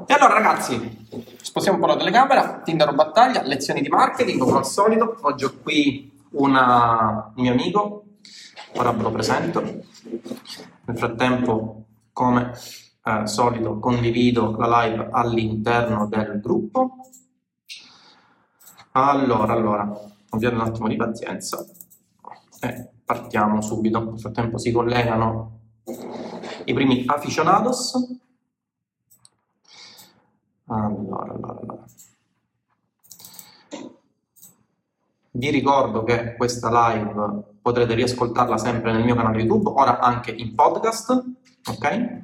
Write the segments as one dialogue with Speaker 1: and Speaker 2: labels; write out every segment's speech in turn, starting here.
Speaker 1: E allora ragazzi, spostiamo un po' la telecamera, Tindaro Battaglia, lezioni di marketing come al solito. Oggi ho qui un mio amico, ora ve lo presento. Nel frattempo, come solito, condivido la live all'interno del gruppo. Allora, abbiate un attimo di pazienza e partiamo subito. Nel frattempo si collegano i primi aficionados. Allora. Vi ricordo che questa live potrete riascoltarla sempre nel mio canale YouTube, ora anche in podcast, ok?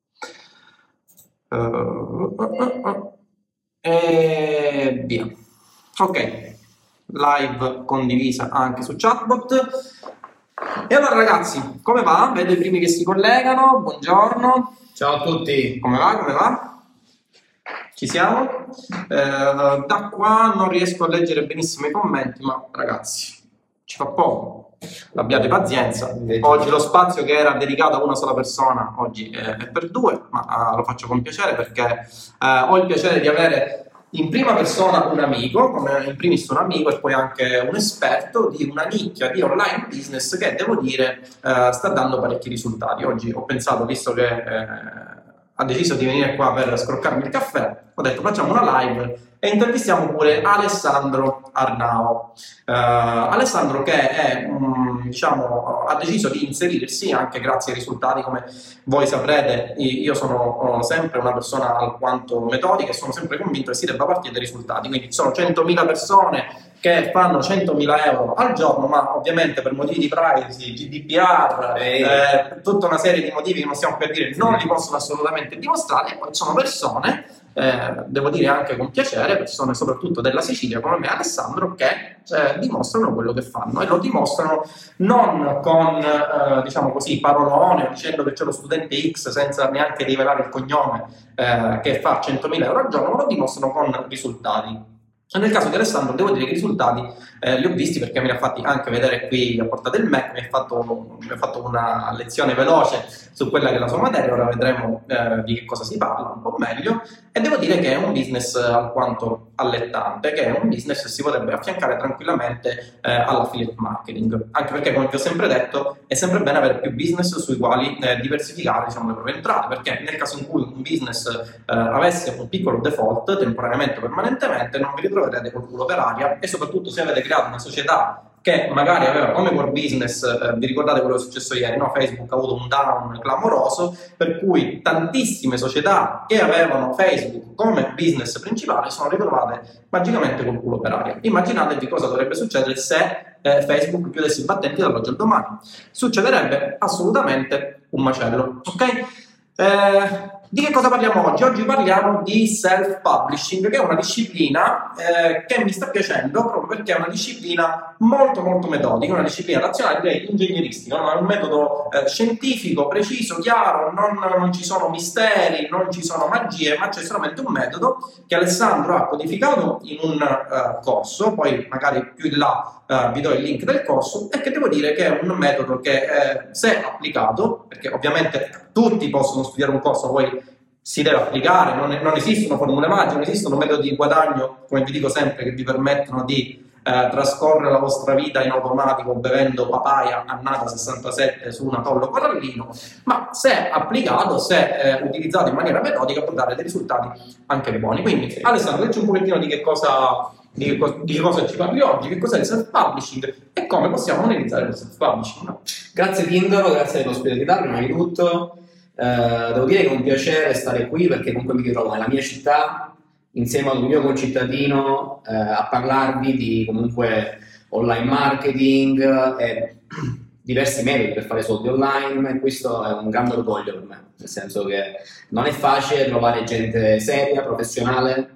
Speaker 1: E via. Ok, live condivisa anche su chatbot. E allora ragazzi, come va? Vedo i primi che si collegano, buongiorno.
Speaker 2: Ciao a tutti.
Speaker 1: Come va? Ci siamo? Da qua non riesco a leggere benissimo i commenti, ma ragazzi, ci fa poco. Abbiate pazienza. Oggi lo spazio che era dedicato a una sola persona, oggi è per due, ma lo faccio con piacere perché ho il piacere di avere in prima persona un amico, come in primis un amico e poi anche un esperto di una nicchia di online business che devo dire sta dando parecchi risultati. Oggi ho pensato, visto che ha deciso di venire qua per scroccarmi il caffè, ho detto facciamo una live e intervistiamo pure Alessandro Arnao. Alessandro che è, ha deciso di inserirsi anche grazie ai risultati. Come voi saprete, io sono sempre una persona alquanto metodica e sono sempre convinto che si debba partire dai risultati, quindi ci sono 100.000 persone che fanno 100.000 euro al giorno, ma ovviamente per motivi di privacy, GDPR, tutta una serie di motivi che non stiamo per dire, non li possono assolutamente dimostrare. E poi sono persone, devo dire anche con piacere, persone soprattutto della Sicilia come me, Alessandro, che dimostrano quello che fanno e lo dimostrano non con diciamo così parolone o dicendo che c'è lo studente X senza neanche rivelare il cognome che fa 100.000 euro al giorno, ma lo dimostrano con risultati. Nel caso di Alessandro devo dire che i risultati li ho visti perché me li ha fatti anche vedere qui a Porta del Mac, mi ha fatto una lezione veloce su quella che è la sua materia. Ora vedremo di che cosa si parla un po' meglio, e devo dire che è un business alquanto allettante, che è un business che si potrebbe affiancare tranquillamente all'affiliate marketing, anche perché, come vi ho sempre detto, è sempre bene avere più business sui quali diversificare, diciamo, le proprie entrate, perché nel caso in cui un business avesse un piccolo default temporaneamente o permanentemente, non vi ritroverete col culo per aria. E soprattutto se avete creato una società che magari aveva come core business, vi ricordate quello che è successo ieri, no? Facebook ha avuto un down clamoroso, per cui tantissime società che avevano Facebook come business principale sono ritrovate magicamente col culo per aria. Immaginatevi cosa dovrebbe succedere se Facebook chiudesse i battenti dall'oggi al domani. Succederebbe assolutamente un macello, ok? Di che cosa parliamo oggi? Oggi parliamo di self-publishing, che è una disciplina che mi sta piacendo proprio perché è una disciplina molto metodica, una disciplina razionale, direi ingegneristica, no? È un metodo scientifico, preciso, chiaro, non ci sono misteri, non ci sono magie, ma c'è solamente un metodo che Alessandro ha codificato in un corso, poi magari più in là vi do il link del corso, e che devo dire che è un metodo che se applicato, perché ovviamente tutti possono studiare un corso, poi si deve applicare, non esistono formule magiche, non esistono metodi di guadagno, come vi dico sempre, che vi permettono di trascorrere la vostra vita in automatico bevendo papaya annata 67 su un atollo corallino, ma se applicato, se utilizzato in maniera metodica, può dare dei risultati anche buoni. Quindi Alessandro, dici un pochettino di che cosa ci parli oggi, che cos'è il self-publishing e come possiamo monetizzare il self-publishing, no?
Speaker 2: Grazie Tindaro, grazie dell'ospitalità prima di tutto. Devo dire che è un piacere stare qui perché comunque mi ritrovo nella mia città insieme ad un mio concittadino a parlarvi di comunque online marketing e diversi metodi per fare soldi online, e questo è un grande orgoglio per me, nel senso che non è facile trovare gente seria, professionale,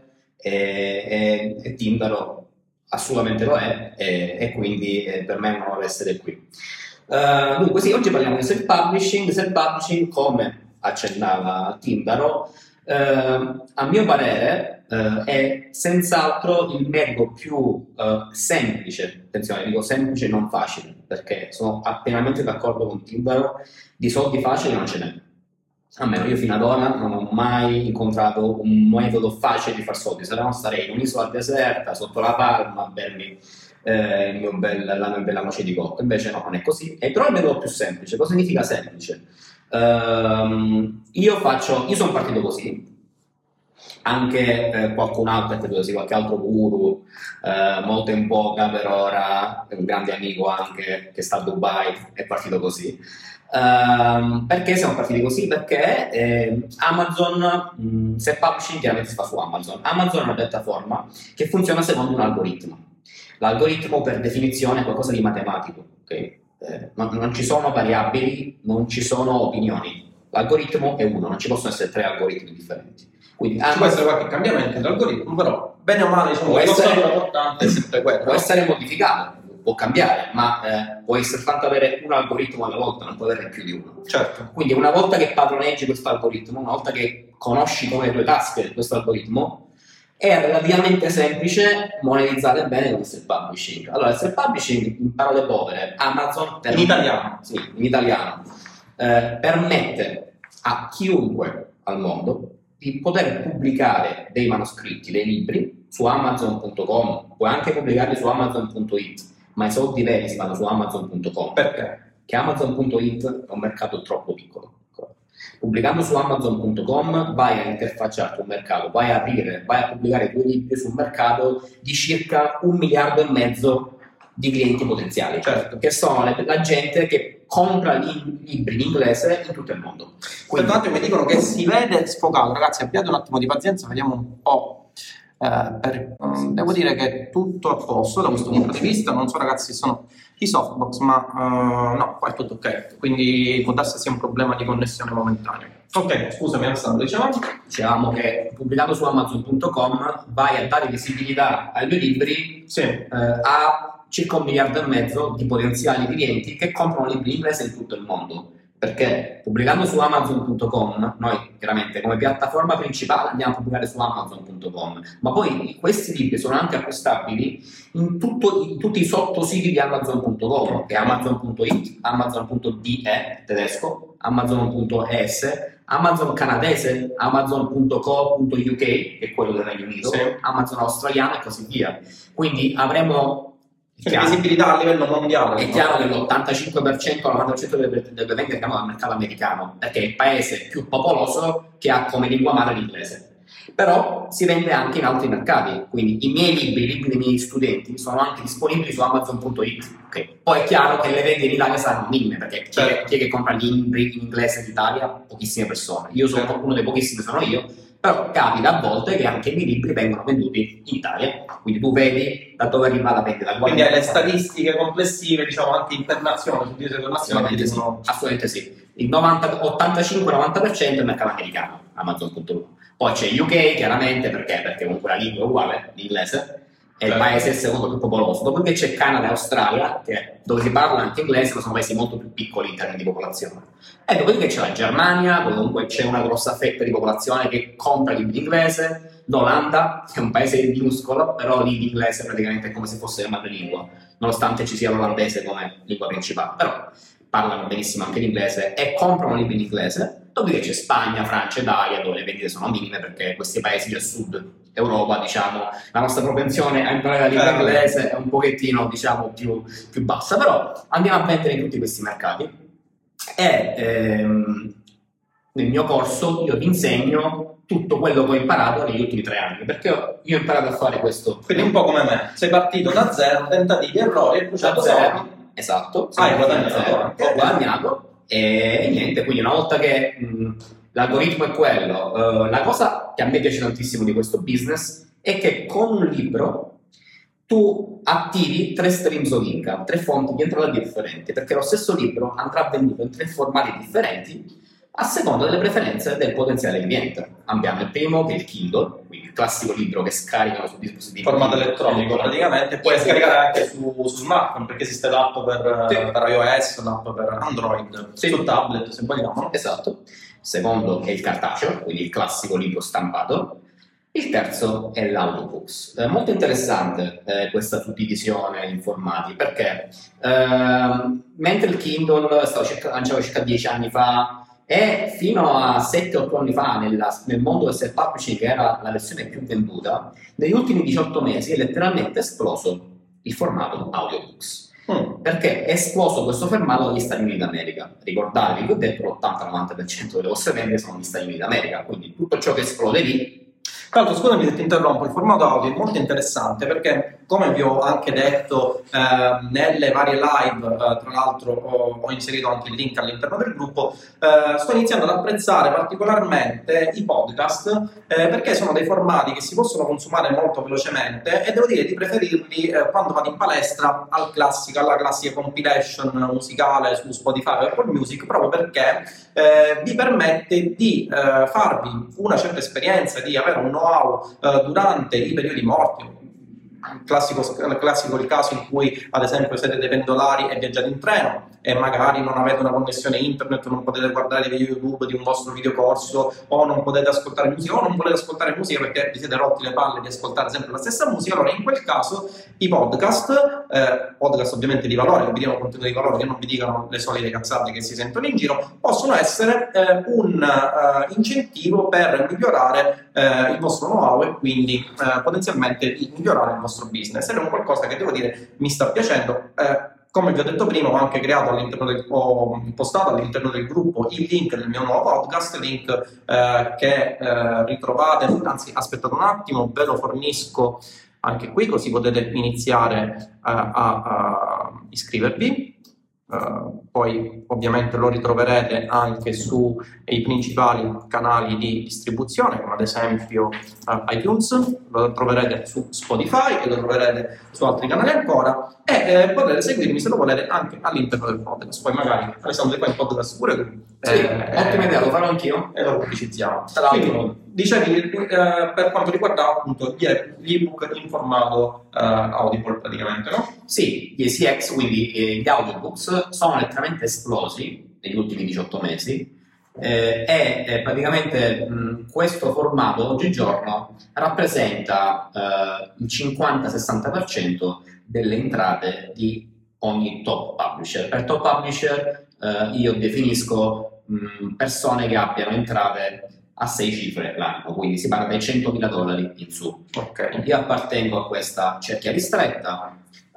Speaker 2: e Tindaro assolutamente lo è, e quindi per me è un onore essere qui. Dunque sì, oggi parliamo di self-publishing, come accennava Tindaro, a mio parere è senz'altro il metodo più semplice, attenzione, dico semplice e non facile, perché sono pienamente d'accordo con Tindaro, di soldi facili non ce n'è. Almeno io fino ad ora non ho mai incontrato un metodo facile di far soldi, se no starei in un'isola deserta, sotto la palma, a bermi la mia bella noce di cocco. Invece no, non è così. E però il metodo più semplice. Cosa significa semplice? Io sono partito così. Anche qualcun altro, qualche altro guru, molto in voga per ora, un grande amico anche che sta a Dubai, è partito così. Perché siamo partiti così? Perché Amazon, se publishing chiaramente si fa su Amazon. Amazon è una piattaforma che funziona secondo un algoritmo. L'algoritmo per definizione è qualcosa di matematico, okay? Non ci sono variabili, non ci sono opinioni. L'algoritmo è uno, non ci possono essere 3 algoritmi differenti. Quindi
Speaker 1: ci può essere qualche cambiamento dell'algoritmo, però bene o male diciamo, importante è sempre quello.
Speaker 2: Può essere modificato, può cambiare, ma può essere fatto avere un algoritmo alla volta, non può averne più di uno.
Speaker 1: Certo.
Speaker 2: Quindi una volta che padroneggi questo algoritmo, una volta che conosci come le tue tasche questo algoritmo, è relativamente semplice monetizzare bene con il self-publishing. Allora, il self-publishing, in parole povere, Amazon...
Speaker 1: In italiano.
Speaker 2: Sì, in italiano. Permette a chiunque al mondo di poter pubblicare dei manoscritti, dei libri su Amazon.com, puoi anche pubblicarli su Amazon.it, ma i soldi veri si fanno su Amazon.com.
Speaker 1: Perché?
Speaker 2: Che Amazon.it è un mercato troppo piccolo. Pubblicando su Amazon.com vai a interfacciarti un mercato, vai a pubblicare i tuoi libri su un mercato di circa 1,5 miliardi di clienti potenziali,
Speaker 1: certo,
Speaker 2: che sono la gente che compra libri in inglese in tutto il mondo.
Speaker 1: Quindi mi dicono che si vede sfocato, ragazzi, abbiate un attimo di pazienza, vediamo un po'. Devo dire che è tutto a posto da questo punto di vista. Non so ragazzi, sono i softbox, ma no, qua è tutto ok, quindi può darsi sia un problema di connessione momentanea. Ok, scusami Alessandro,
Speaker 2: dicevamo che pubblicando su Amazon.com vai a dare visibilità ai tuoi libri,
Speaker 1: sì,
Speaker 2: a circa 1,5 miliardi di potenziali clienti che comprano libri in inglese in tutto il mondo. Perché pubblicando su Amazon.com, noi chiaramente come piattaforma principale andiamo a pubblicare su Amazon.com, ma poi questi libri sono anche acquistabili in tutti i sottositi di Amazon.com, che è Amazon.it, Amazon.de tedesco, Amazon.es, Amazon canadese, Amazon.co.uk, che è quello del Regno Unito,
Speaker 1: sì,
Speaker 2: Amazon australiano e così via. Quindi avremo
Speaker 1: visibilità a livello mondiale.
Speaker 2: È chiaro che l'85% o l'90% delle vendite vanno dal mercato americano, perché è il paese più popoloso che ha come lingua madre l'inglese. Però si vende anche in altri mercati, quindi i libri dei miei studenti sono anche disponibili su Amazon.it. Okay. Poi è chiaro che le vendite in Italia saranno minime, perché chi è che compra libri in inglese in Italia? Pochissime persone. Io sono uno dei pochissimi, sono io. Però capita a volte che anche i miei libri vengono venduti in Italia, quindi tu vedi da dove arriva la vendita.
Speaker 1: Quindi hai le statistiche complessive, diciamo anche internazionali,
Speaker 2: assolutamente sì. Il 85-90% è il mercato americano, Amazon.com. Poi c'è UK, chiaramente, perché comunque la lingua è uguale, l'inglese, è il paese secondo più popoloso. Dopodiché c'è Canada e Australia, dove si parla anche inglese, ma sono paesi molto più piccoli in termini di popolazione. E dopodiché c'è la Germania, dove comunque c'è una grossa fetta di popolazione che compra libri in inglese, l'Olanda, che è un paese minuscolo, però lì l'inglese praticamente è come se fosse la madrelingua, nonostante ci sia l'olandese come lingua principale. Però parlano benissimo anche l'inglese e comprano libri in inglese. Dopodiché c'è Spagna, Francia, Italia, dove le vendite sono minime perché questi paesi del sud Europa, diciamo, la nostra propensione a imparare la lingua inglese è un pochettino, diciamo, più bassa, però andiamo a vendere in tutti questi mercati e nel mio corso io vi insegno tutto quello che ho imparato negli ultimi 3 anni, perché io ho imparato a fare questo.
Speaker 1: Quindi un po' come me, sei partito da zero, tentativi, errori, e bruciato
Speaker 2: zero. Esatto,
Speaker 1: hai guadagnato,
Speaker 2: ho guadagnato e niente, quindi una volta che l'algoritmo è quello, la cosa che a me piace tantissimo di questo business è che con un libro tu attivi 3 streams of income, 3 fonti di entrata differenti, perché lo stesso libro andrà venduto in 3 formati differenti a seconda delle preferenze del potenziale cliente. Abbiamo il primo che è il Kindle, quindi il classico libro che scaricano su dispositivi
Speaker 1: formato elettronico praticamente, puoi scaricare anche su smartphone, perché esiste l'app per iOS, l'app per Android, su tablet se vogliamo.
Speaker 2: Esatto. Secondo è il cartaceo, quindi il classico libro stampato. Il terzo è l'audiobooks. Molto interessante questa suddivisione in formati, perché mentre il Kindle lanciava circa 10 anni fa, e fino a 7-8 anni fa nel mondo del self-publishing, che era la versione più venduta, negli ultimi 18 mesi è letteralmente esploso il formato audiobooks. Perché è esploso questo formato negli Stati Uniti d'America. Ricordatevi che ho detto l'80-90% delle vostre vendite sono negli Stati Uniti d'America, quindi tutto ciò che esplode lì.
Speaker 1: Tra l'altro, scusami se ti interrompo, il formato audio è molto interessante perché, come vi ho anche detto nelle varie live, tra l'altro ho inserito anche il link all'interno del gruppo, sto iniziando ad apprezzare particolarmente i podcast perché sono dei formati che si possono consumare molto velocemente e devo dire di preferirli quando vado in palestra alla classica compilation musicale su Spotify o Apple Music, proprio perché vi permette di farvi una certa esperienza, di avere un know-how durante i periodi morti. Classico il caso in cui ad esempio siete dei pendolari e viaggiate in treno e magari non avete una connessione internet, non potete guardare video YouTube di un vostro videocorso, o non potete ascoltare musica, o non volete ascoltare musica perché vi siete rotti le palle di ascoltare sempre la stessa musica. Allora in quel caso i podcast ovviamente di valore, che vi diano contenuto di valore, che non vi dicano le solite cazzate che si sentono in giro, possono essere un incentivo per migliorare il vostro know-how e quindi potenzialmente di migliorare il vostro business. Ed è un qualcosa che devo dire mi sta piacendo. Come vi ho detto prima, ho anche creato ho postato all'interno del gruppo il link del mio nuovo podcast, link che ritrovate, anzi aspettate un attimo, ve lo fornisco anche qui così potete iniziare a iscrivervi. Poi ovviamente lo ritroverete anche sui principali canali di distribuzione, come ad esempio iTunes, lo troverete su Spotify e lo troverete su altri canali ancora, e potete seguirmi se lo volete anche all'interno del podcast. Poi magari Alessandro fai il podcast pure tu.
Speaker 2: Sì, ottima idea, lo farò anch'io
Speaker 1: E lo pubblicizziamo.
Speaker 2: Tra l'altro,
Speaker 1: dicevi per quanto riguarda appunto gli ebook in formato Audible praticamente, no?
Speaker 2: sì, gli ACX, quindi gli audiobooks, sono letteralmente esplosi negli ultimi 18 mesi e praticamente questo formato oggigiorno rappresenta il 50-60% delle entrate di ogni top publisher. Per top publisher io definisco persone che abbiano entrate a 6 cifre l'anno, quindi si parla dai $100.000 in su.
Speaker 1: Okay.
Speaker 2: Io appartengo a questa cerchia ristretta.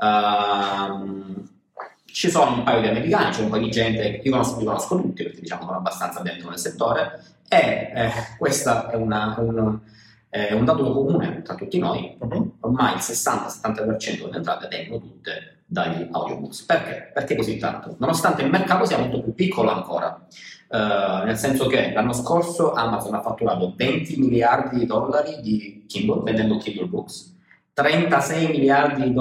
Speaker 2: Ci sono un paio di americani, c'è un po' di gente, io conosco tutti perché diciamo sono abbastanza dentro nel settore, e questo è un dato comune tra tutti noi. Ormai il 60-70% delle entrate vengono tutte dagli audiobooks. Perché? Perché così tanto? Nonostante il mercato sia molto più piccolo ancora, nel senso che l'anno scorso Amazon ha fatturato $20 miliardi di Kindle, vendendo Kindle Books, $36 miliardi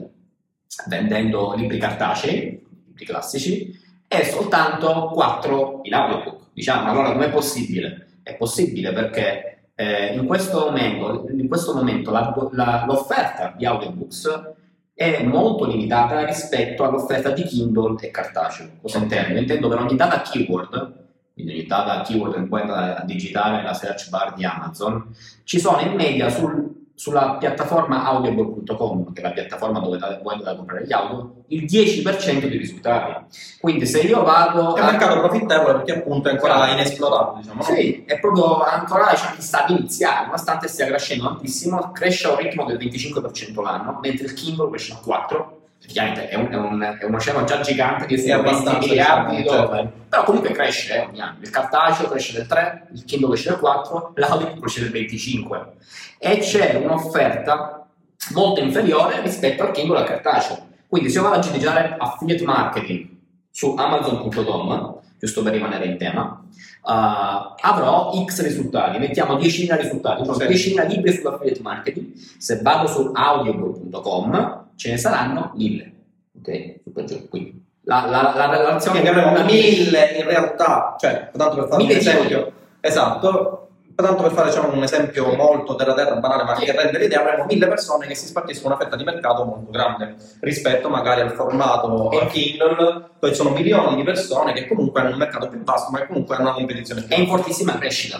Speaker 2: vendendo libri cartacei, libri classici, e soltanto 4 in audiobook. Diciamo, allora com'è possibile? È possibile perché in questo momento l'offerta di audiobooks è molto limitata rispetto all'offerta di Kindle e cartaceo. Cosa intendo? Intendo per ogni data keyword, quindi ogni data keyword che puoi andare a digitare nella search bar di Amazon, ci sono in media sulla piattaforma audible.com, che è la piattaforma dove vuoi andare a comprare gli audio, il 10% di risultati. Quindi se io vado...
Speaker 1: È un mercato profittevole perché appunto è ancora inesplorato, diciamo.
Speaker 2: Sì, è proprio ancora in stadi iniziali, nonostante stia crescendo tantissimo, cresce a un ritmo del 25% l'anno, mentre il Kindle cresce a 4%. Chiaramente è un oceano già gigante di 20 miliardi di dollari, però comunque cresce ogni anno. Il cartaceo cresce del 3, il Kindle cresce del 4, l'audio cresce del 25, e c'è un'offerta molto inferiore rispetto al Kindle e al cartaceo. Quindi se io vado a digitare affiliate marketing su Amazon.com, giusto per rimanere in tema, avrò X risultati, mettiamo 10.000 risultati, sono 10.000 libri sull'affiliate marketing. Se vado su audible.com ce ne saranno 1.000, ok? Super giù. Quindi la relazione
Speaker 1: che avremo 1.000 in realtà, cioè tanto per fare un esempio, esatto, tanto per fare diciamo, un esempio molto terra banale, ma che rende l'idea, avremo 1.000 persone che si spartiscono una fetta di mercato molto grande rispetto magari al formato Kindle, dove sono milioni di persone che comunque hanno un mercato più vasto, ma che comunque hanno una competizione più
Speaker 2: è in fortissima crescita.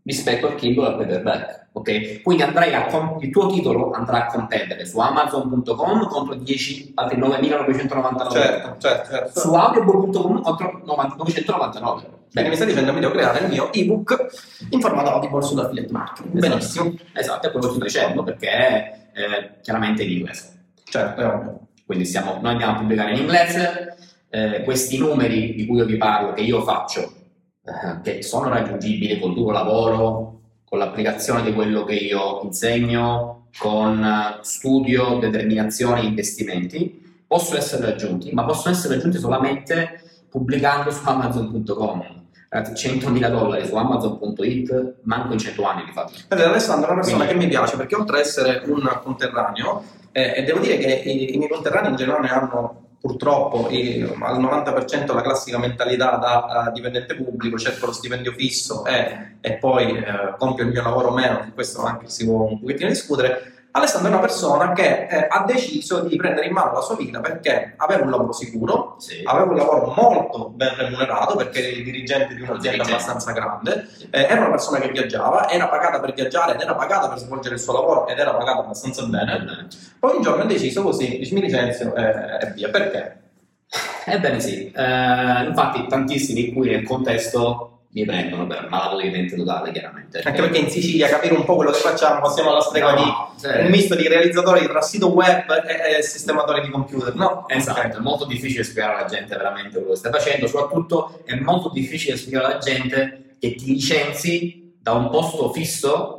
Speaker 2: rispetto al Kindle al paperback, ok? Quindi il tuo titolo andrà a competere su Amazon.com contro 10 altri 9.999,
Speaker 1: certo.
Speaker 2: su Audible.com contro 999.
Speaker 1: Quindi mi stai dicendo che devo creare il mio ebook in formato Audible sull'affiliate marketing.
Speaker 2: Esatto.
Speaker 1: Benissimo.
Speaker 2: Esatto, è quello che sto dicendo, perché chiaramente in inglese.
Speaker 1: Certo, è ovvio.
Speaker 2: Quindi noi andiamo a pubblicare in inglese, questi numeri di cui io vi parlo, che io faccio, che sono raggiungibili col duro lavoro, con l'applicazione di quello che io insegno, con studio, determinazione e investimenti, possono essere raggiunti, ma possono essere raggiunti solamente pubblicando su Amazon.com. $100.000 su Amazon.it, manco in 100 anni li faccio.
Speaker 1: Alessandro è una persona che mi piace perché oltre ad essere un conterraneo, e devo dire che i miei conterranei in generale hanno purtroppo al 90% la classica mentalità da dipendente pubblico, cerco lo stipendio fisso e poi compio il mio lavoro meno, su questo anche si può un pochettino discutere. Alessandro è una persona che ha deciso di prendere in mano la sua vita perché aveva un lavoro sicuro,
Speaker 2: sì,
Speaker 1: aveva un lavoro molto ben remunerato perché era il dirigente di un'azienda abbastanza grande, era una persona che viaggiava, era pagata per viaggiare ed era pagata per svolgere il suo lavoro ed era pagata abbastanza bene. Poi un giorno ha deciso così, mi licenzio e via. Perché?
Speaker 2: Ebbene sì, infatti tantissimi qui nel contesto mi prendono per malato di mente totale, chiaramente.
Speaker 1: Anche perché in Sicilia capire un po' quello che facciamo, siamo alla stregua di un misto di realizzatori tra sito web e sistematori di computer, no?
Speaker 2: Esatto, è molto difficile spiegare alla gente veramente quello che stai facendo, soprattutto è molto difficile spiegare alla gente che ti licenzi da un posto fisso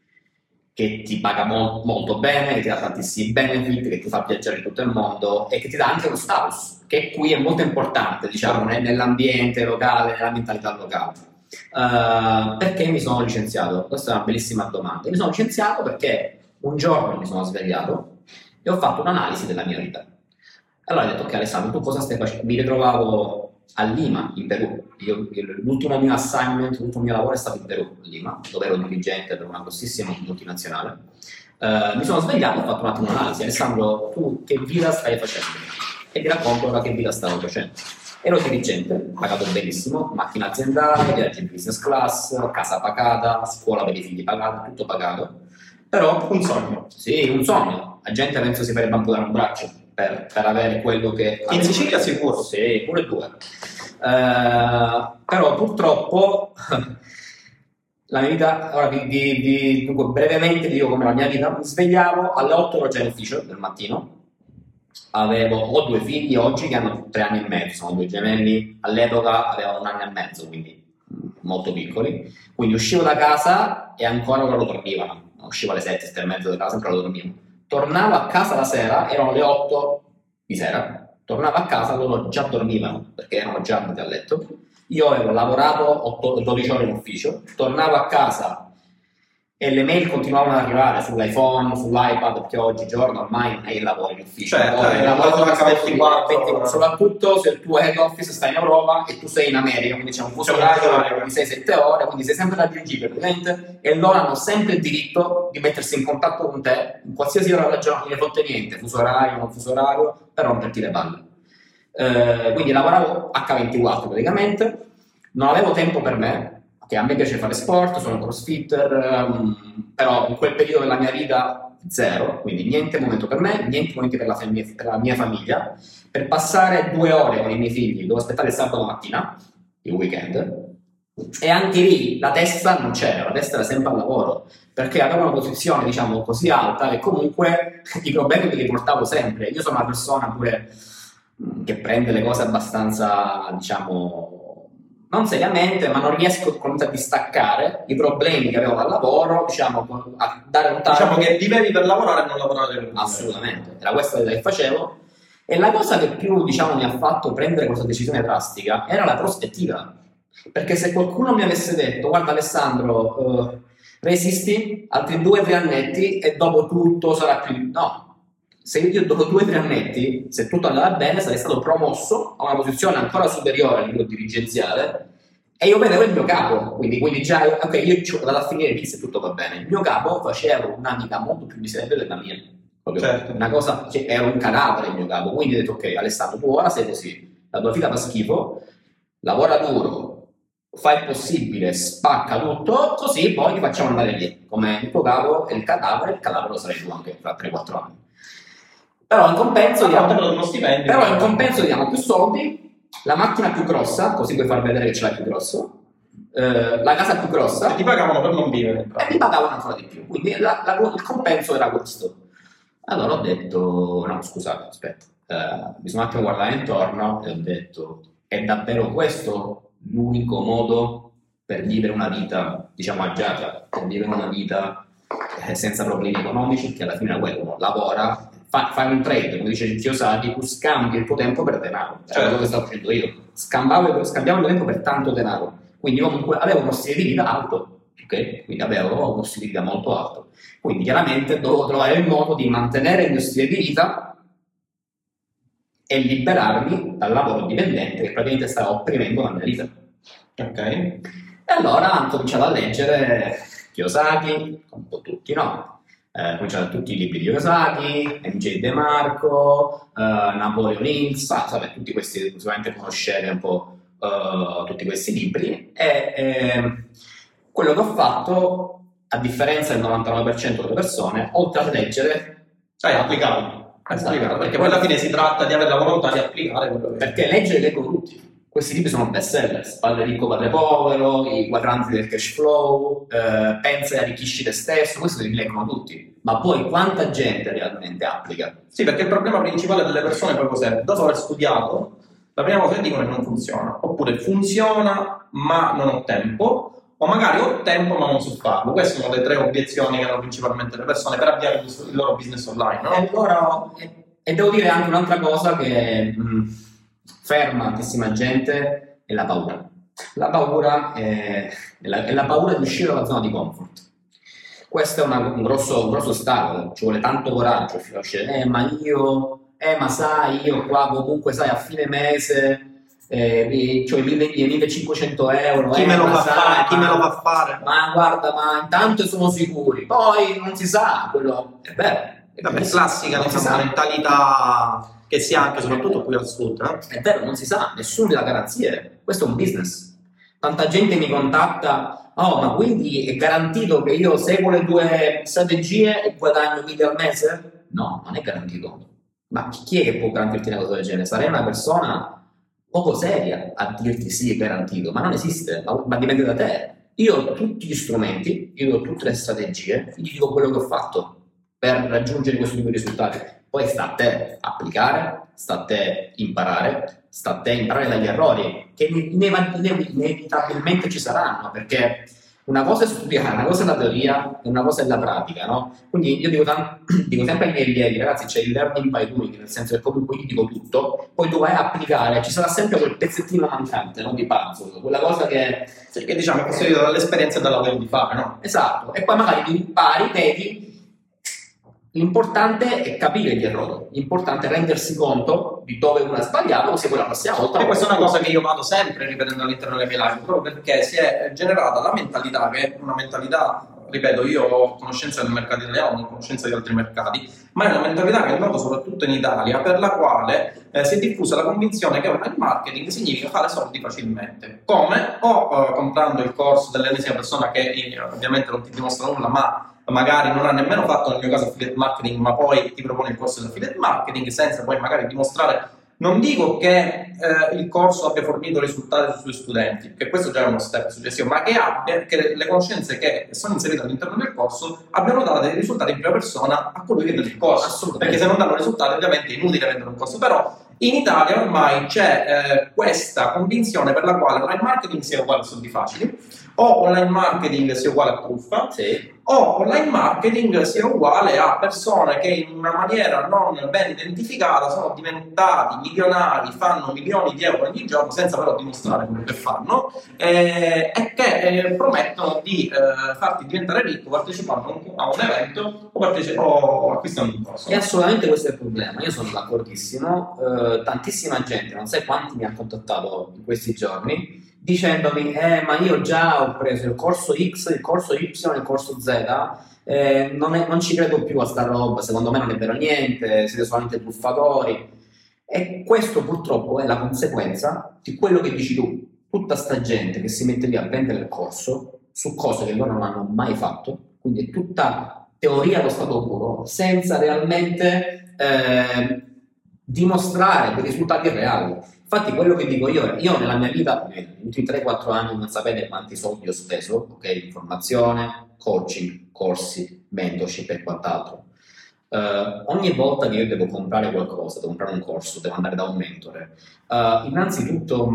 Speaker 2: che ti paga molto bene, che ti dà tantissimi benefit, che ti fa viaggiare in tutto il mondo e che ti dà anche uno status, che qui è molto importante, diciamo, nell'ambiente locale, nella mentalità locale. Perché mi sono licenziato? Questa è una bellissima domanda. Mi sono licenziato perché un giorno mi sono svegliato e ho fatto un'analisi della mia vita. Allora ho detto: ok Alessandro, tu cosa stai facendo? Mi ritrovavo a Lima, in Perù. L'ultimo mio assignment, l'ultimo mio lavoro è stato in Perù, a Lima, dove ero dirigente per una grossissima multinazionale. Mi sono svegliato e ho fatto un attimo un'analisi. Alessandro, tu che vita stai facendo? E ti racconto ora che vita stavo facendo. Ero dirigente, pagato benissimo, macchina aziendale, viaggi in business class, casa pagata, scuola per i figli pagata, tutto pagato. Però
Speaker 1: un sogno.
Speaker 2: Sì, un sogno. La gente penso si farebbe amputare un braccio per avere quello che...
Speaker 1: In Sicilia sicuro?
Speaker 2: Sì, pure due. Però purtroppo la mia vita, ora dunque, brevemente dico come la mia vita. Mi svegliavo alle 8, ero già in ufficio del mattino. Ho 2 figli oggi che hanno 3 anni e mezzo, sono 2 gemelli, all'epoca avevano 1 anno e mezzo, quindi molto piccoli. Quindi uscivo da casa e ancora loro dormivano. Uscivo alle 7, 7 e mezzo da casa, ancora loro dormivano. Tornavo a casa la sera, erano le 8 di sera, tornavo a casa, loro già dormivano perché erano già andati a letto. Io avevo lavorato 12 ore in ufficio, tornavo a casa e le mail continuavano ad arrivare sull'iPhone, sull'iPad, perché oggigiorno ormai non è il lavoro in ufficio,
Speaker 1: il lavoro
Speaker 2: H24, soprattutto se il tuo head office sta in Europa e tu sei in America, quindi c'è un fuso orario di 6-7 ore, quindi sei sempre raggiungibile praticamente, e loro hanno sempre il diritto di mettersi in contatto con te in qualsiasi ora della giornata, non ne fotte niente, fuso orario, non fuso orario, per romperti le palle. Quindi lavoravo H24 praticamente, non avevo tempo per me, che a me piace fare sport, sono un crossfitter, però in quel periodo della mia vita zero, quindi niente momento per me, niente momenti per la mia famiglia. Per passare 2 ore con i miei figli devo aspettare il sabato mattina, il weekend, e anche lì la testa non c'era, la testa era sempre al lavoro, perché avevo una posizione diciamo così alta che comunque i problemi me li portavo sempre. Io sono una persona pure che prende le cose abbastanza, diciamo, non seriamente, ma non riesco a distaccare i problemi che avevo dal lavoro, diciamo, a dare un taglio.
Speaker 1: Diciamo che vivevi per lavorare e non lavorare per vivere.
Speaker 2: Assolutamente, era questa la che facevo. E la cosa che più, diciamo, mi ha fatto prendere questa decisione drastica era la prospettiva. Perché se qualcuno mi avesse detto: guarda Alessandro, resisti altri 2-3 annetti e dopo tutto sarà più... No. Se io dopo 2-3 annetti, se tutto andava bene, sarei stato promosso a una posizione ancora superiore a livello dirigenziale e io vedevo il mio capo, quindi già, ok, io ci ho dato a finire lì se tutto va bene. Il mio capo faceva una vita molto più miserabile della mia,
Speaker 1: certo.
Speaker 2: Una cosa che era un cadavere il mio capo, quindi ho detto: ok Alessandro, tu ora sei così, la tua vita fa schifo, lavora duro, fai il possibile, spacca tutto, così poi ti facciamo andare lì, come il tuo capo e il cadavere lo sarai tu anche fra 3-4 anni. Però in compenso diamo più soldi, la macchina più grossa, così puoi far vedere che ce l'hai più grosso, la casa più grossa,
Speaker 1: e ti pagavano per non vivere,
Speaker 2: e ti pagavano ancora di più, quindi il compenso era questo. Allora ho detto no, scusate, aspetta, bisogna un attimo guardare intorno, e ho detto è davvero questo l'unico modo per vivere una vita, diciamo, agiata, per vivere una vita senza problemi economici, che alla fine uno lavora, fai un trade, come dice Kiyosaki, tu scambi il tuo tempo per denaro, cioè quello che stavo facendo io, scambiavo il mio tempo per tanto denaro, quindi comunque avevo uno stile di vita alto, ok? Quindi avevo uno stile di vita molto alto, quindi chiaramente dovevo trovare il modo di mantenere il mio stile di vita e liberarmi dal lavoro dipendente che praticamente stava opprimendo la mia vita.
Speaker 1: Ok.
Speaker 2: E allora ho cominciato a leggere Kiyosaki, un po' tutti, no? Ho cominciato a tutti i libri di Kiyosaki, MJ DeMarco, Napoleon Hill, sapete, tutti questi, sicuramente conoscete un po' tutti questi libri, e quello che ho fatto, a differenza del 99% delle persone, oltre a leggere,
Speaker 1: applicato. Perché poi alla fine si tratta di avere la volontà di applicare quello che...
Speaker 2: Perché leggere leggono tutti. Questi libri sono best seller, Padre ricco, padre povero, i quadranti del cash flow, pensa e arricchisci te stesso, questi li leggono tutti. Ma poi quanta gente realmente applica?
Speaker 1: Sì, perché il problema principale delle persone poi cos'è? Dopo aver studiato, la prima cosa che dicono è che non funziona, oppure funziona ma non ho tempo, o magari ho tempo ma non so farlo. Queste sono le 3 obiezioni che hanno principalmente le persone per avviare il loro business online, no?
Speaker 2: E devo dire anche un'altra cosa che ferma tantissima gente, è la paura. La paura è la paura di uscire dalla zona di comfort. Questo è un grosso ostacolo, ci vuole tanto coraggio fino a uscire. Ma sai, io qua comunque sai a fine mese cioè 1500 euro,
Speaker 1: chi me lo fa fare?
Speaker 2: Ma guarda, ma intanto sono sicuri, poi non si sa, quello è vero.
Speaker 1: Vabbè, classica mentalità che si ha anche soprattutto qui al sud.
Speaker 2: È vero, non si sa, nessuno dà garanzie, questo è un business. Tanta gente mi contatta, oh, ma quindi è garantito che io seguo le 2 strategie e guadagno 1000 al mese? No, non è garantito. Ma chi è che può garantirti una cosa del genere? Sarei una persona poco seria a dirti sì, è garantito, ma non esiste, ma dipende da te. Io ho tutti gli strumenti, io ho tutte le strategie, ti dico quello che ho fatto per raggiungere questo tipo di risultati. Poi sta a te applicare, sta a te imparare, sta a te imparare dagli errori, che inevitabilmente ci saranno, perché una cosa è studiare, una cosa è la teoria e una cosa è la pratica, no? Quindi io dico sempre ai miei allievi, ragazzi, c'è il learning by doing, nel senso che proprio poi ti dico tutto, poi tu vai a applicare, ci sarà sempre quel pezzettino mancante, no? Di puzzle, quella cosa che
Speaker 1: diciamo è costruito dall'esperienza e dalla voglia di fare, no?
Speaker 2: Esatto, e poi magari tu impari, vedi. L'importante è capire gli errori, l'importante è rendersi conto di dove uno ha sbagliato, se poi la prossima volta.
Speaker 1: E questa è una cosa che io vado sempre ripetendo all'interno delle mie live, proprio perché si è generata la mentalità, che è una mentalità, ripeto, io ho conoscenza del mercato italiano, non ho conoscenza di altri mercati, ma è una mentalità che noto soprattutto in Italia, per la quale si è diffusa la convinzione che online marketing significa fare soldi facilmente. Come? O comprando il corso dell'ennesima persona che ovviamente non ti dimostra nulla, ma magari non ha nemmeno fatto, nel mio caso, affiliate marketing, ma poi ti propone il corso di affiliate marketing senza poi magari dimostrare. Non dico che il corso abbia fornito risultati sui suoi studenti, che questo già è uno step successivo, ma che le conoscenze che sono inserite all'interno del corso abbiano dato dei risultati in prima persona a colui che vende il corso.
Speaker 2: Assolutamente.
Speaker 1: Perché se non danno risultati ovviamente è inutile vendere un corso. Però in Italia ormai c'è questa convinzione per la quale online marketing sia uguale a soldi facili, o online marketing sia uguale a truffa,
Speaker 2: sì,
Speaker 1: o online marketing sia uguale a persone che in una maniera non ben identificata sono diventati milionari, fanno milioni di euro ogni giorno senza però dimostrare quello che fanno, e che promettono di farti diventare ricco partecipando a un evento o acquistando un corso.
Speaker 2: E assolutamente questo è il problema, io sono d'accordissimo. Tantissima gente, non sai quanti mi ha contattato in questi giorni dicendomi ma io già ho preso il corso X, il corso Y, il corso Z, non ci credo più a sta roba, secondo me non è vero niente, siete solamente truffatori. E questo purtroppo è la conseguenza di quello che dici tu. tutta sta gente che si mette lì a vendere il corso su cose che loro non hanno mai fatto, quindi è tutta teoria allo stato puro, senza realmente dimostrare dei risultati reali. Infatti quello che dico io nella mia vita, negli ultimi 3-4 anni, non sapete quanti soldi ho speso, ok? Informazione, coaching, corsi, mentorship e quant'altro. Ogni volta che io devo comprare qualcosa, devo comprare un corso, devo andare da un mentore, innanzitutto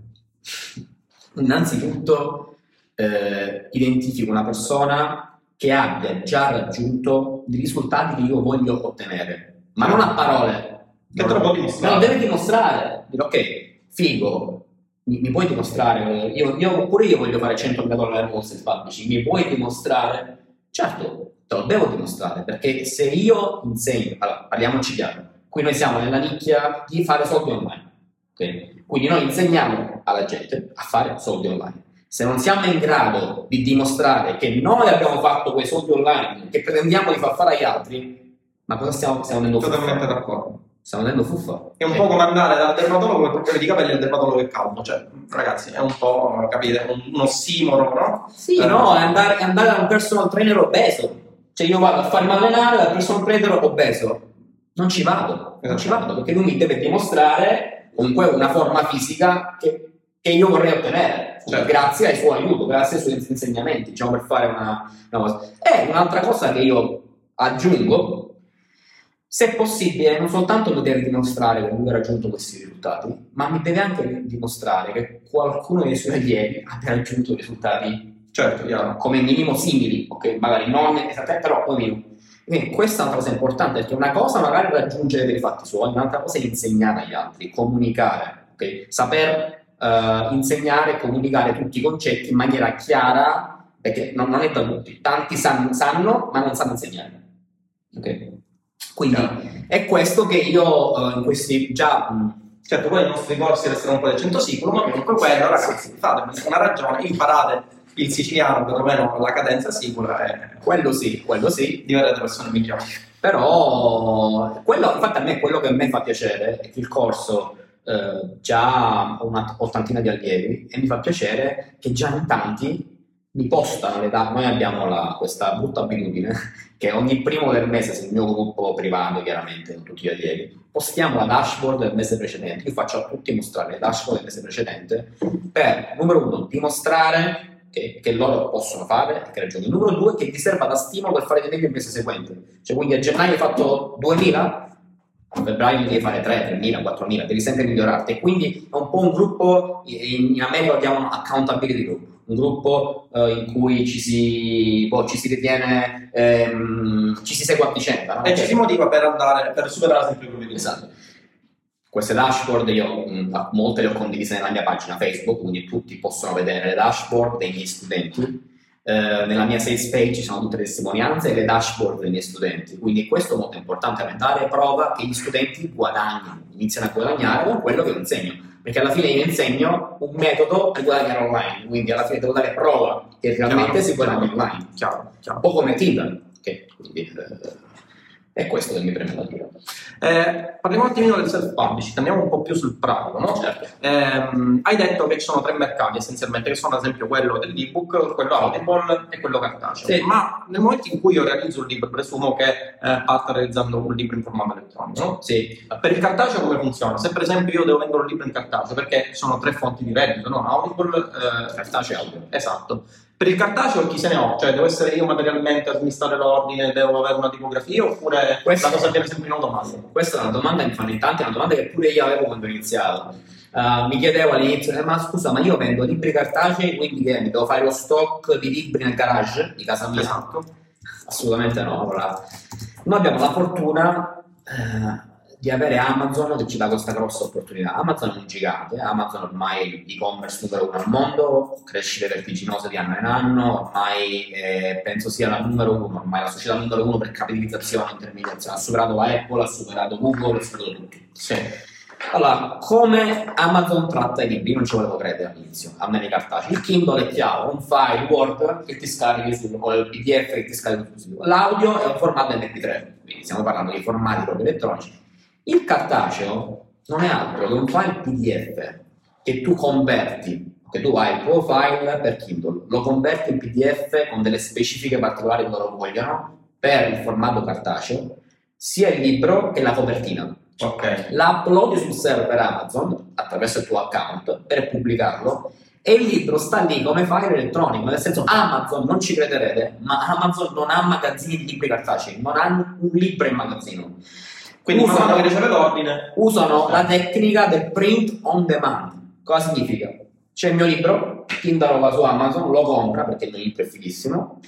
Speaker 2: identifico una persona che abbia già raggiunto i risultati che io voglio ottenere, ma non a parole.
Speaker 1: Che te lo può dimostrare?
Speaker 2: Me lo deve dimostrare. Dire, ok, figo, mi puoi dimostrare? Io voglio fare $100.000 a Wall Street Publishing, mi puoi dimostrare? Certo, te lo devo dimostrare, perché se io insegno, allora, parliamoci chiaro, qui noi siamo nella nicchia di fare soldi online, okay? Quindi noi insegniamo alla gente a fare soldi online. Se non siamo in grado di dimostrare che noi abbiamo fatto quei soldi online che pretendiamo di far fare agli altri, ma cosa stiamo andando a fare?
Speaker 1: Totalmente d'accordo.
Speaker 2: Stiamo andando fuffa.
Speaker 1: È un po' come andare dal dermatologo con problemi di capelli al dermatologo è caldo, cioè ragazzi è un po', capite, un ossimoro, no?
Speaker 2: Sì, no, è andare da un personal trainer obeso. Cioè io vado a farmi allenare dal personal trainer obeso. Non ci vado, perché lui mi deve dimostrare comunque una forma fisica che io vorrei ottenere, certo, grazie al suo aiuto, grazie ai suoi insegnamenti, diciamo, per fare una cosa. E un'altra cosa che io aggiungo, se possibile, non soltanto mi deve dimostrare che lui ha raggiunto questi risultati, ma mi deve anche dimostrare che qualcuno dei suoi allievi abbia raggiunto risultati, certo, come minimo simili, ok, magari non esattamente, però come minimo. Quindi questa è una cosa importante, perché una cosa magari è raggiungere dei fatti suoi, un'altra cosa è insegnare agli altri, comunicare, ok? Saper insegnare e comunicare tutti i concetti in maniera chiara, perché non è da tutti, tanti sanno ma non sanno insegnare, ok? Quindi è questo che io in questi già...
Speaker 1: Certo, poi i nostri corsi restano un po' del centrosicolo, ma comunque quello, ragazzi, fate una ragione, imparate il siciliano, perlomeno la cadenza sicula, e
Speaker 2: quello sì,
Speaker 1: diventate persone migliori.
Speaker 2: Però, infatti a me quello che a me fa piacere è che il corso già ha una ottantina di allievi e mi fa piacere che già in tanti mi postano le date. Noi abbiamo questa brutta abitudine che ogni primo del mese, sul mio gruppo privato chiaramente con tutti gli allievi, postiamo la dashboard del mese precedente. Io faccio a tutti mostrare le dashboard del mese precedente per, numero uno, dimostrare che loro possono fare e che ragioni. Numero due, che ti serva da stimolo per fare di meglio il mese seguente. Cioè, quindi a gennaio hai fatto 2000, a febbraio devi fare 3, 3.000, 4.000, devi sempre migliorarti. E quindi è un po' un gruppo, in America lo chiamano accountability group, un gruppo in cui ci si ritiene, ci si segue a vicenda, no?
Speaker 1: E ci si motiva per superare sempre i problemi.
Speaker 2: Esatto. Queste dashboard io molte le ho condivise nella mia pagina Facebook, quindi tutti possono vedere le dashboard dei miei studenti. Nella mia sales page ci sono tutte le testimonianze e le dashboard dei miei studenti, quindi questo è molto importante, per dare prova che gli studenti iniziano a guadagnare con quello che io insegno, perché alla fine io insegno un metodo per guadagnare online, quindi alla fine devo dare prova che realmente si guadagna online,
Speaker 1: chiaro.
Speaker 2: un po' come Tinder, che quindi è questo che mi preme da dire.
Speaker 1: Parliamo un attimino del self-publishing, andiamo un po' più sul pratico, no?
Speaker 2: Certo.
Speaker 1: Hai detto che ci sono 3 mercati essenzialmente, che sono ad esempio quello dell'ebook, quello Audible e quello cartaceo. Sì. Ma nel momento in cui io realizzo un libro, presumo che parta realizzando un libro in formato elettronico, no?
Speaker 2: Sì.
Speaker 1: Per il cartaceo come funziona? Se per esempio io devo vendere un libro in cartaceo, perché sono 3 fonti di reddito, no? Audible,
Speaker 2: cartaceo e Audible.
Speaker 1: Esatto. Per il cartaceo chi se ne ho? Cioè devo essere io materialmente a smistare l'ordine, devo avere una tipografia, oppure la cosa viene sempre in automatico?
Speaker 2: Questa è una domanda, mi fanno in tanti, è una domanda che pure io avevo quando ho iniziato. Mi chiedevo all'inizio, ma scusa, ma io vendo libri cartacei, quindi che mi devo fare lo stock di libri nel garage di casa mia?
Speaker 1: Esatto.
Speaker 2: Assolutamente no. Allora, noi abbiamo la fortuna di avere Amazon che ci dà questa grossa opportunità. Amazon è un gigante, Amazon ormai è l'e-commerce numero 1 al mondo, crescite vertiginose di anno in anno, ormai penso sia la numero 1, ormai la società numero 1 per capitalizzazione e intermediazione, ha superato la Apple, ha superato Google, ha superato tutti.
Speaker 1: Sì.
Speaker 2: Allora, come Amazon tratta i libri? Io non ci volevo credere all'inizio, a me nei cartacei. Il Kindle è chiaro, un file Word che ti scarichi o il PDF che ti scarichi sul sito. L'audio è un formato MP3, quindi stiamo parlando di formati proprio elettronici. Il cartaceo non è altro che un file PDF che tu converti, che tu hai il tuo file per Kindle, lo converti in PDF con delle specifiche particolari che loro vogliono per il formato cartaceo, sia il libro che la copertina.
Speaker 1: Ok.
Speaker 2: La uploadi sul server Amazon attraverso il tuo account per pubblicarlo e il libro sta lì come file elettronico, nel senso Amazon, non ci crederete, ma Amazon non ha magazzini di libri cartacei, non ha un libro in magazzino.
Speaker 1: Quindi quando che riceve l'ordine
Speaker 2: usano la tecnica del print on demand. Cosa significa? C'è il mio libro, Kindle lo va su Amazon, lo compra perché il mio libro è fighissimo,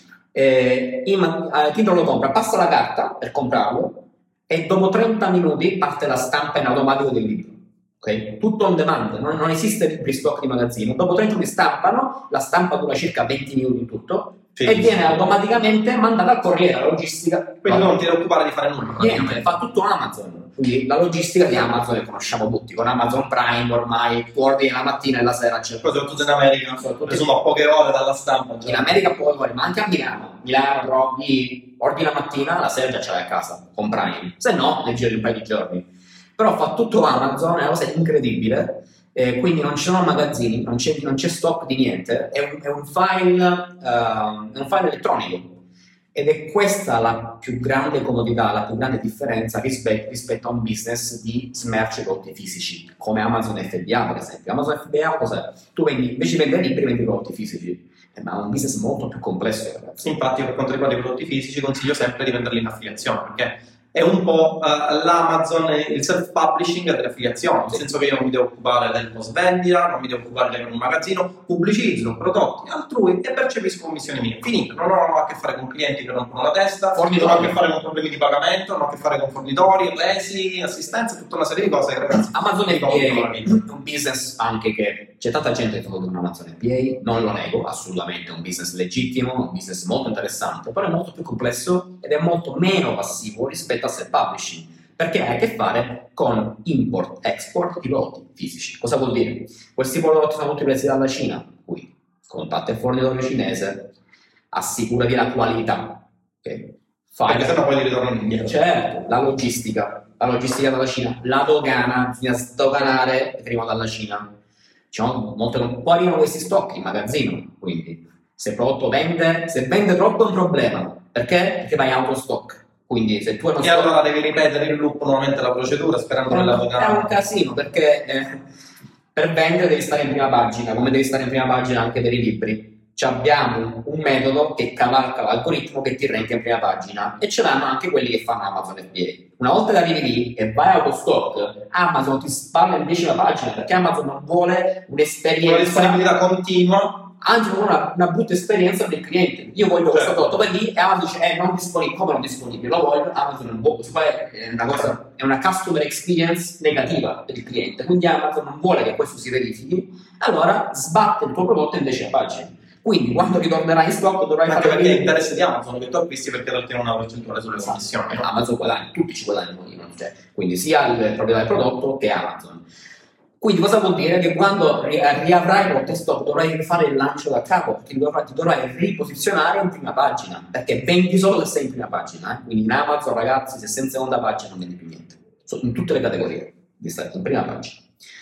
Speaker 2: Kindle lo compra, passa la carta per comprarlo e dopo 30 minuti parte la stampa in automatico del libro. Okay? Tutto on demand, non esiste libri stock di magazzino. Dopo 30 minuti stampano, la stampa dura circa 20 minuti in tutto e viene automaticamente mandata al corriere, la logistica.
Speaker 1: Quindi non ti devi occupare di fare nulla.
Speaker 2: Niente, fa tutto Amazon. Quindi la logistica di Amazon la conosciamo tutti, con Amazon Prime ormai tu ordini la mattina e la sera c'è.
Speaker 1: Soprattutto in America, sono a poche ore dalla stampa.
Speaker 2: In America a poche ore, ma anche a Milano ordini la mattina, la sera già ce l'hai a casa con Prime, se no nel giro di un paio di giorni. Però fa tutto Amazon, è una cosa incredibile, quindi non ci sono magazzini, non c'è stock di niente, è un file elettronico. Ed è questa la più grande comodità, la più grande differenza rispetto a un business di smerci prodotti fisici, come Amazon FBA per esempio. Amazon FBA cos'è? Tu invece di vendere libri, vendi prodotti fisici, ma è un business molto più complesso, ragazzi.
Speaker 1: Infatti per quanto riguarda i prodotti fisici consiglio sempre di venderli in affiliazione, perché è un po' l'Amazon, il self-publishing dell'affiliazione, nel senso che io non mi devo occupare del post vendita, non mi devo occupare di avere un magazzino, pubblicizzo prodotti altrui e percepisco commissioni mie. Finito, non ho a che fare con clienti che rompono la testa, non ho a che fare con problemi di pagamento, non ho a che fare con fornitori, resi, assistenza, tutta una serie di cose che ragazzi
Speaker 2: Amazon FBA è un business anche che c'è tanta gente che fa con Amazon FBA, non lo nego, assolutamente è un business legittimo, un business molto interessante, però è molto più complesso ed è molto meno passivo rispetto a self-publishing, perché hai a che fare con import-export di prodotti fisici. Cosa vuol dire? Questi prodotti sono tutti presi dalla Cina, qui contatta il fornitore cinese, assicurati la qualità, okay?
Speaker 1: Perché sennò poi li ritornano indietro.
Speaker 2: Certo, la logistica dalla Cina, la dogana, bisogna sdoganare prima dalla Cina. Poi arrivano questi stock in magazzino, quindi se il prodotto vende troppo è un problema, perché vai out of stock. Quindi se tu hai
Speaker 1: allora devi ripetere in loop nuovamente la procedura sperando nella dogana.
Speaker 2: È un casino, perché per vendere devi stare in prima pagina, come devi stare in prima pagina anche per i libri. Abbiamo un metodo che cavalca l'algoritmo che ti rank in prima pagina e ce l'hanno anche quelli che fanno Amazon FBA. Una volta che arrivi lì e vai out of stock, Amazon ti spalla in 10 pagina, perché Amazon non vuole un'esperienza,
Speaker 1: una disponibilità continua,
Speaker 2: anzi una brutta esperienza per il cliente. Io voglio questo prodotto, per lì e Amazon dice non disponibile. Come non disponibile? Lo voglio, Amazon non vuole. È una customer experience negativa per il cliente, quindi Amazon non vuole che questo si verifichi, allora sbatte il tuo prodotto in 10 pagine. Quindi quando ritornerà in stock dovrai
Speaker 1: anche
Speaker 2: fare
Speaker 1: perché è interesse di Amazon che tu acquisti, perché ottiene una percentuale sulle commissioni.
Speaker 2: Amazon guadagna, tutti ci guadagnano, quindi sia il proprietario del prodotto che Amazon. Quindi cosa vuol dire? Che quando riavrai il prodotto in stock dovrai rifare il lancio da capo, perché ti dovrai riposizionare in prima pagina, perché vendi solo se sei in prima pagina. Quindi in Amazon, ragazzi, se sei in seconda pagina non vendi più niente, in tutte le categorie di stare in prima pagina.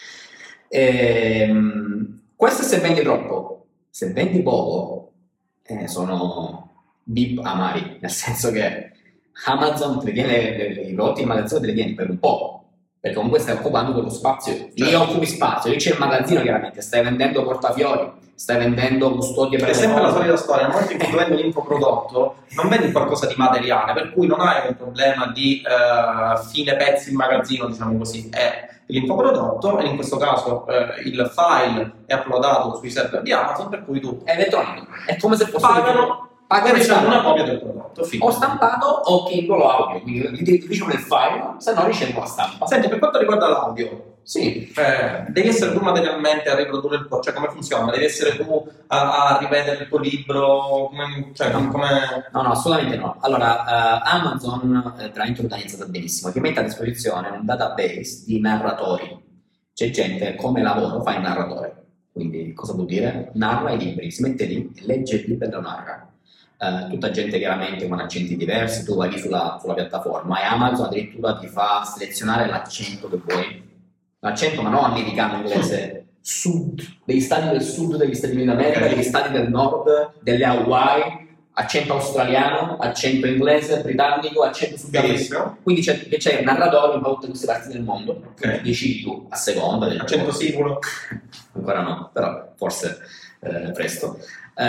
Speaker 2: Questo è se vendi troppo. Se vendi poco, sono bip amari, nel senso che Amazon ti tiene i prodotti in magazzino, te li tieni per un po', perché comunque stai occupando quello spazio. Lì occupi spazio, lì c'è il magazzino, chiaramente stai vendendo portafiori, stai vendendo custodie per
Speaker 1: è sempre la solita storia. Nel momento in cui tu vendi un infoprodotto non vendi qualcosa di materiale, per cui non hai un problema di fine pezzi in magazzino, diciamo così. È l'infoprodotto, e in questo caso il file è uploadato sui server di Amazon, per cui tu
Speaker 2: è elettronico, è come se fosse
Speaker 1: pagano una copia del prodotto,
Speaker 2: o stampato o Kindle audio, quindi ti ricevono il file, se no ricevono la stampa.
Speaker 1: Senti, per quanto riguarda l'audio,
Speaker 2: sì,
Speaker 1: devi essere tu materialmente a riprodurre il tuo, cioè come funziona? Devi essere tu a rivedere il tuo libro?
Speaker 2: No, assolutamente no. Allora, Amazon veramente organizzata benissimo, ti mette a disposizione un database di narratori. C'è gente come lavoro fa il narratore, quindi cosa vuol dire? Narra i libri, si mette lì, legge il libro e lo narra. Tutta gente chiaramente con accenti diversi, tu vai lì sulla piattaforma e Amazon addirittura ti fa selezionare l'accento che vuoi. L'accento ma non americano, inglese, sud, degli stati del sud degli Stati Uniti d'America, degli stati del nord, delle Hawaii, accento australiano, accento inglese, britannico, accento sudafricano. Quindi c'è un narratore in tutte queste parti del mondo. Decidi tu a seconda del
Speaker 1: accento siculo.
Speaker 2: Ancora no, però forse presto.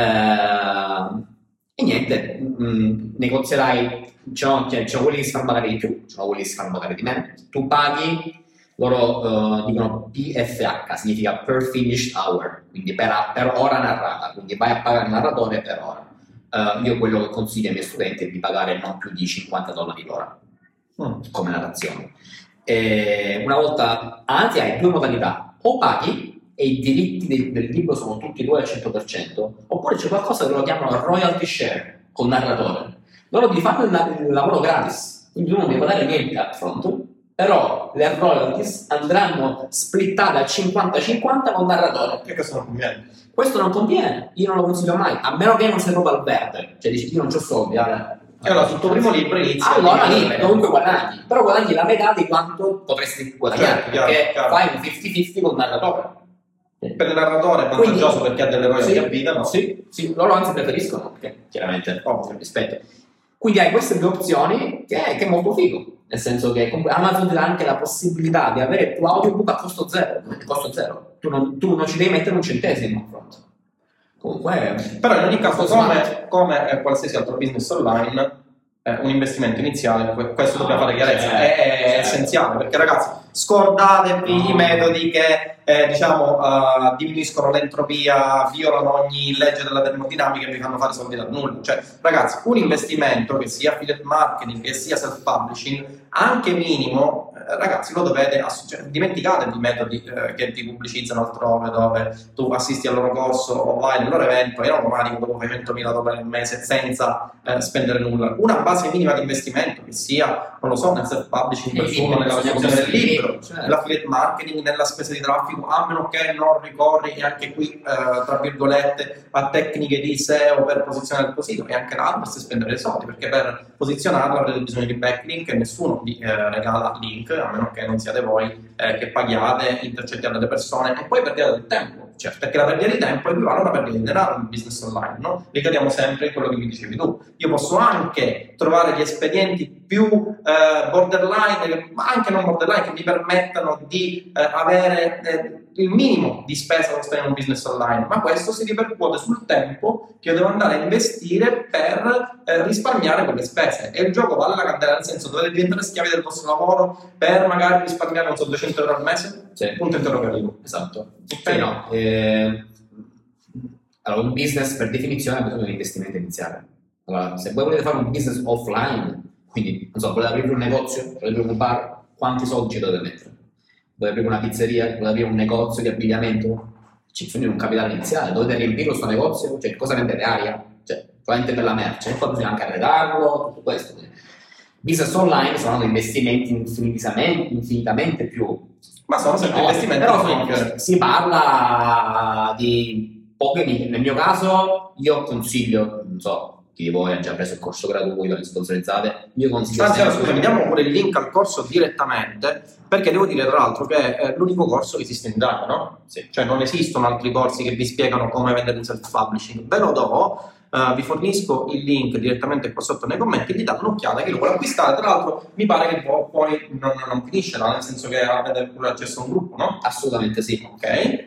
Speaker 2: E niente, negozierai, c'è quelli che si fanno pagare di più, c'è quelli che si fanno pagare di meno. Tu paghi, loro dicono PFH, significa per finished hour, quindi per ora narrata, quindi vai a pagare il narratore per ora. Io quello che consiglio ai miei studenti è di pagare non più di $50 l'ora come narrazione. Una volta, anzi, hai due modalità: o paghi e i diritti del libro sono tutti tuoi al 100%, oppure c'è qualcosa che lo chiamano royalty share col narratore. Loro ti fanno il lavoro gratis, quindi tu non devi pagare niente upfront, però le royalties andranno splittate al 50-50 col narratore.
Speaker 1: E questo non conviene.
Speaker 2: Questo non conviene, io non lo consiglio mai, a meno che non sei proprio al verde, cioè dici io non c'ho soldi,
Speaker 1: allora sul tuo primo libro inizia,
Speaker 2: allora lì comunque guadagni, però guadagni la metà di quanto potresti guadagnare, perché fai un 50-50 col narratore.
Speaker 1: Per il narratore è vantaggioso perché ha delle royalty a vita, no?
Speaker 2: Sì, loro anzi preferiscono, perché chiaramente rispetto. Quindi hai queste due opzioni che è molto figo, nel senso che comunque Amazon ti dà anche la possibilità di avere il tuo audiobook a costo zero. Tu non ci devi mettere un centesimo a fronte. Comunque,
Speaker 1: però in ogni caso, come qualsiasi altro business online, un investimento iniziale, questo dobbiamo fare chiarezza, è essenziale, perché ragazzi, scordatevi i metodi che diminuiscono l'entropia, violano ogni legge della termodinamica e vi fanno fare soldi dal nulla. Cioè, ragazzi, un investimento, che sia affiliate marketing, che sia self-publishing, anche minimo, ragazzi, lo dovete dimenticatevi i metodi che ti pubblicizzano altrove, dove tu assisti al loro corso o vai nel loro evento e automatico dopo fai $100.000 al mese senza spendere nulla. Una base minima di investimento, che sia, non lo so, nel self-publishing, nella costruzione del libro, l'affiliate marketing, nella spesa di traffico, a meno che non ricorri, anche qui tra virgolette, a tecniche di SEO per posizionare il tuo sito, e anche là dovreste spendere dei soldi, perché per posizionarlo avrete bisogno di backlink e nessuno vi regala link, a meno che non siate voi che paghiate, intercettiate le persone e poi perdete del tempo. Certo, perché la perdita di tempo equivale a una perdita di denaro nel business online, no? Ricadiamo sempre in quello che mi dicevi tu. Io posso anche trovare gli espedienti più borderline, ma anche non borderline, che mi permettano di avere il minimo di spesa per stare in un business online, ma questo si ripercuote sul tempo che io devo andare a investire per risparmiare quelle spese. E il gioco vale la candela, nel senso, dovete diventare schiavi del vostro lavoro per magari risparmiare, non so, €200 al mese?
Speaker 2: Sì.
Speaker 1: Punto interrogativo.
Speaker 2: Esatto. Sì, no. Allora, un business per definizione ha bisogno di un investimento iniziale. Allora, se voi volete fare un business offline, quindi, non so, volete aprire un negozio, volete aprire un bar, quanti soldi ci dovete mettere? Volete aprire una pizzeria, volete aprire un negozio di abbigliamento? Ci bisogna di un capitale iniziale, dovete riempire questo negozio, cioè cosa vendete? Aria? Cioè, solamente per la merce, e poi bisogna anche arredarlo, tutto questo. Business online sono investimenti infinitamente più.
Speaker 1: Ma sono sempre investimenti.
Speaker 2: Però si parla di poche mille. Nel mio caso, io consiglio, non so, chi di voi ha già preso il corso gratuito, le sponsorizzate, io consiglio.
Speaker 1: Anzi, scusa, mi diamo pure il link al corso direttamente, perché devo dire tra l'altro che è l'unico corso che esiste in Italia, no?
Speaker 2: Sì.
Speaker 1: Cioè non esistono altri corsi che vi spiegano come vendere in self-publishing. Ve lo do. Vi fornisco il link direttamente qua sotto nei commenti, gli date un'occhiata, che lo vuole acquistare. Tra l'altro mi pare che poi non finisce là, nel senso che avete pure accesso a un gruppo, no?
Speaker 2: Assolutamente sì.
Speaker 1: Ok.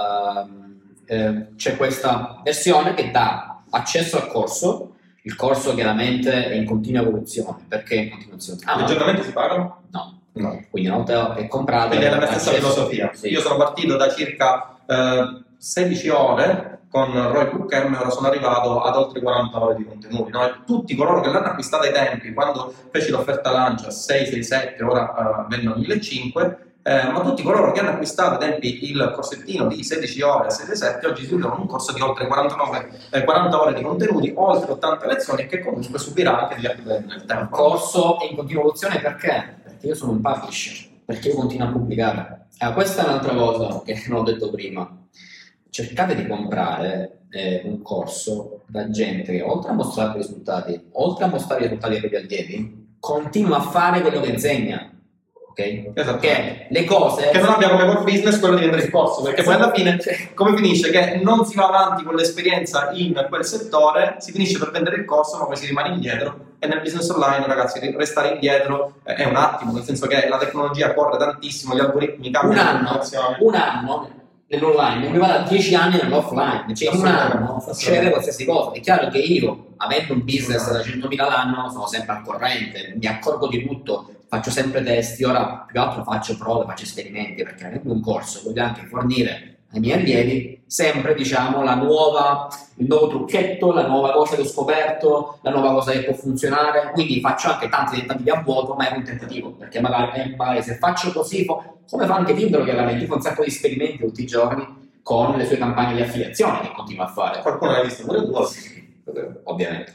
Speaker 2: C'è questa versione che dà accesso al corso. Il corso chiaramente è in continua evoluzione. Perché in continuazione?
Speaker 1: Gli aggiornamenti si pagano?
Speaker 2: No.
Speaker 1: Quindi
Speaker 2: una volta che comprate,
Speaker 1: quindi è la mia stessa filosofia. Sì. Io sono partito da circa 16 ore con Roy Book M, ora sono arrivato ad oltre 40 ore di contenuti, no? E tutti coloro che l'hanno acquistata ai tempi, quando feci l'offerta lancio a 667, ora vendono 1500, ma tutti coloro che hanno acquistato ai tempi il corsettino di 16 ore a 667 oggi si trovano un corso di oltre 40 ore di contenuti, oltre 80 lezioni, e che comunque subirà anche degli upgrade nel tempo.
Speaker 2: Il corso è in continua evoluzione perché? Perché io sono un publisher, perché io continuo a pubblicare. Questa è un'altra cosa che non ho detto prima. Cercate di comprare un corso da gente che, oltre a mostrare i risultati, ai propri allievi, continua a fare quello che insegna. ok?
Speaker 1: Esatto.
Speaker 2: Che le cose
Speaker 1: che non abbia come core business quello di vendere il corso, perché poi alla fine come finisce? Che non si va avanti con l'esperienza in quel settore, si finisce per vendere il corso ma poi si rimane indietro, e nel business online, ragazzi, restare indietro è un attimo, nel senso che la tecnologia corre tantissimo, gli algoritmi cambiano.
Speaker 2: Un anno nell'online mi vale a 10 anni nell'offline, cioè in un anno succede qualsiasi cosa. È chiaro che io, avendo un business da 100.000 l'anno, sono sempre al corrente, mi accorgo di tutto, faccio sempre testi. Ora più che altro faccio prove, faccio esperimenti, perché avendo un corso voglio anche fornire ai miei allievi sempre, diciamo, il nuovo trucchetto, la nuova cosa che ho scoperto, la nuova cosa che può funzionare. Quindi faccio anche tanti tentativi a vuoto, ma è un tentativo, perché magari se faccio così, come fa anche Tinder, chiaramente, io fa un sacco di esperimenti tutti i giorni con le sue campagne di affiliazione che continua a fare.
Speaker 1: Qualcuno l'ha visto pure tu?
Speaker 2: Ovviamente.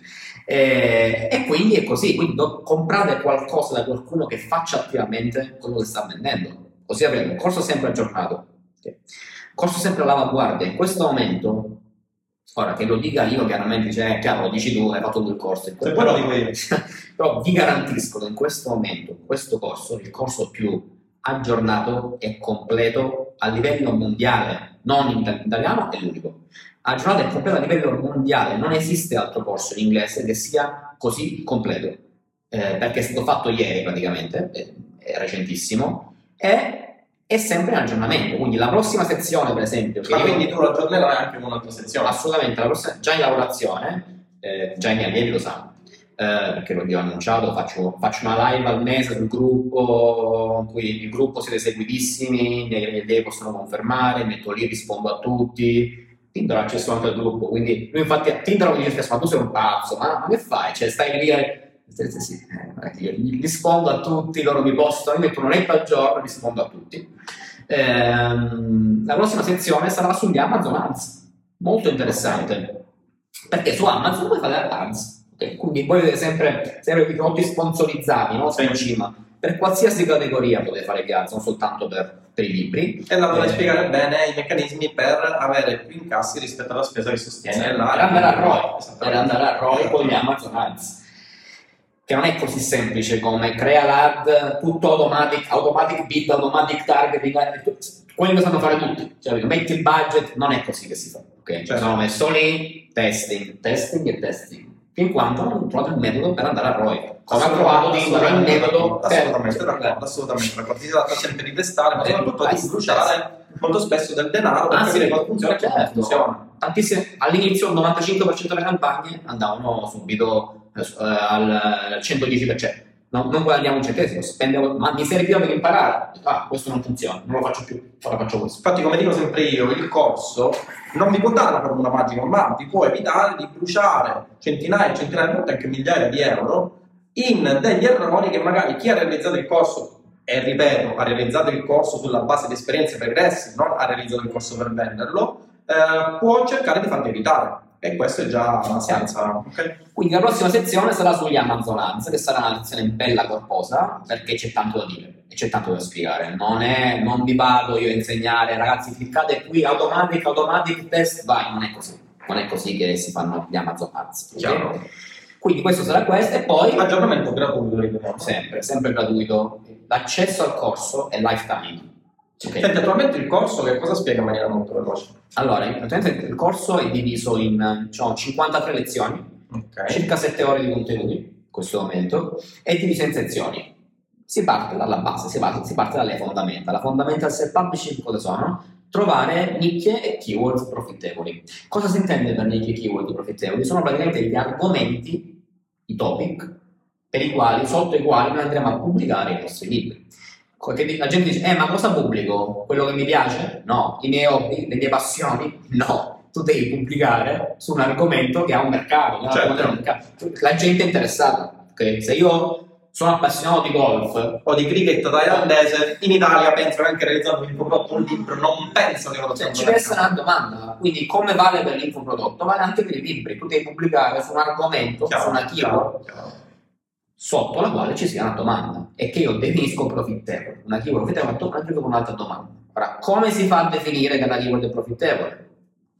Speaker 2: E quindi è così, quindi comprate qualcosa da qualcuno che faccia attivamente quello che sta vendendo, così avrete un corso sempre aggiornato, corso sempre all'avanguardia. In questo momento, ora che lo dica io, chiaramente, cioè, chiaro, lo dici tu, hai fatto tu il corso,
Speaker 1: se poi lo dico io.
Speaker 2: però vi garantisco che in questo momento questo corso, il corso più aggiornato e completo a livello mondiale, non in italiano, è l'unico. Aggiornato e completo a livello mondiale, non esiste altro corso in inglese che sia così completo, perché è stato fatto ieri praticamente, è recentissimo, e è sempre in aggiornamento. Quindi la prossima sezione, per esempio,
Speaker 1: quindi tu lo aggiornerai anche con un'altra sezione?
Speaker 2: Assolutamente, la prossima, già in lavorazione, già i miei allievi lo sanno, perché lo ho annunciato, faccio una live al mese sul gruppo, in cui il gruppo siete seguitissimi, i miei allievi possono confermare, metto lì, rispondo a tutti. Tinder ha accesso anche al gruppo, quindi lui infatti a Tinder mi dice: ma tu sei un pazzo, ma che fai? Cioè, stai lì io rispondo a tutti, loro mi postano, io metto un'oretta al giorno e rispondo a tutti. La prossima sezione sarà sugli Amazon Ads, molto interessante, perché su Amazon puoi fare ads, okay? Quindi voi vedete sempre i prodotti sponsorizzati, no? Sei in cima, per qualsiasi categoria potete fare gli ads, non soltanto per i libri.
Speaker 1: E la dovrei spiegare bene i meccanismi per avere più incassi rispetto alla spesa che sostiene.
Speaker 2: Per andare a ROI con gli Amazon Ads, che non è così semplice come crea l'ad, tutto automatic bid, automatic targeting, quello che sanno fare tutti. Cioè, metti il budget, non è così che si fa. Okay? Cioè, sono messo lì, testing, fin quando non trovate il metodo per andare a ROI. Come ha trovato di il metodo
Speaker 1: assolutamente d'accordo. Si tratta sempre di testare, ma soprattutto di bruciare molto spesso del denaro per capire cosa funziona e cosa funziona.
Speaker 2: Tantissime, all'inizio il 95% delle campagne andavano subito al 110%. Non guadagniamo un centesimo, spendevo, ma mi serviva per imparare. Questo non funziona, non lo faccio più, ora faccio questo.
Speaker 1: Infatti, come dico sempre io, il corso non vi può dare la formula magica, ma vi può evitare di bruciare centinaia e centinaia di volte, anche migliaia di euro, in degli errori che magari chi ha realizzato il corso, e ripeto, ha realizzato il corso sulla base di esperienze pregresse, non ha realizzato il corso per venderlo, può cercare di farvi evitare. E questo è già una scienza. Okay?
Speaker 2: Quindi la prossima sezione sarà sugli Amazon Ads, che sarà una sezione bella corposa, perché c'è tanto da dire e c'è tanto da spiegare. Non vi vado io a insegnare, ragazzi, cliccate qui, automatic test, vai. Non è così che si fanno gli Amazon Ads. Okay? Quindi questo sarà questo, e poi
Speaker 1: aggiornamento gratuito,
Speaker 2: sempre gratuito. L'accesso al corso è lifetime.
Speaker 1: Okay. Senti, attualmente il corso che cosa spiega in maniera molto veloce?
Speaker 2: Allora, il corso è diviso in 53 lezioni, circa 7 ore di contenuti in questo momento, è diviso in sezioni. Si parte dalla base, si parte dalle fondamenta. La fundamental self-publishing cosa sono? Trovare nicchie e keyword profittevoli. Cosa si intende per nicchie e keyword profittevoli? Sono praticamente gli argomenti, i topic, sotto i quali noi andremo a pubblicare i nostri libri. La gente dice: ma cosa pubblico? Quello che mi piace? No. I miei hobby? Le mie passioni? No. Tu devi pubblicare su un argomento che ha un mercato, la gente è interessata. Okay? Se io sono appassionato di golf
Speaker 1: o di cricket thailandese, in Italia penso che anche realizzando un infoprodotto, un libro, non penso che
Speaker 2: ci deve essere una domanda. Quindi, come vale per l'infoprodotto, vale anche per i libri. Tu devi pubblicare su un argomento, su una keyword sotto la quale ci sia una domanda e che io definisco profittevole. Una keyword profittevole anche con un'altra domanda. Ora, come si fa a definire che una keyword è profittevole?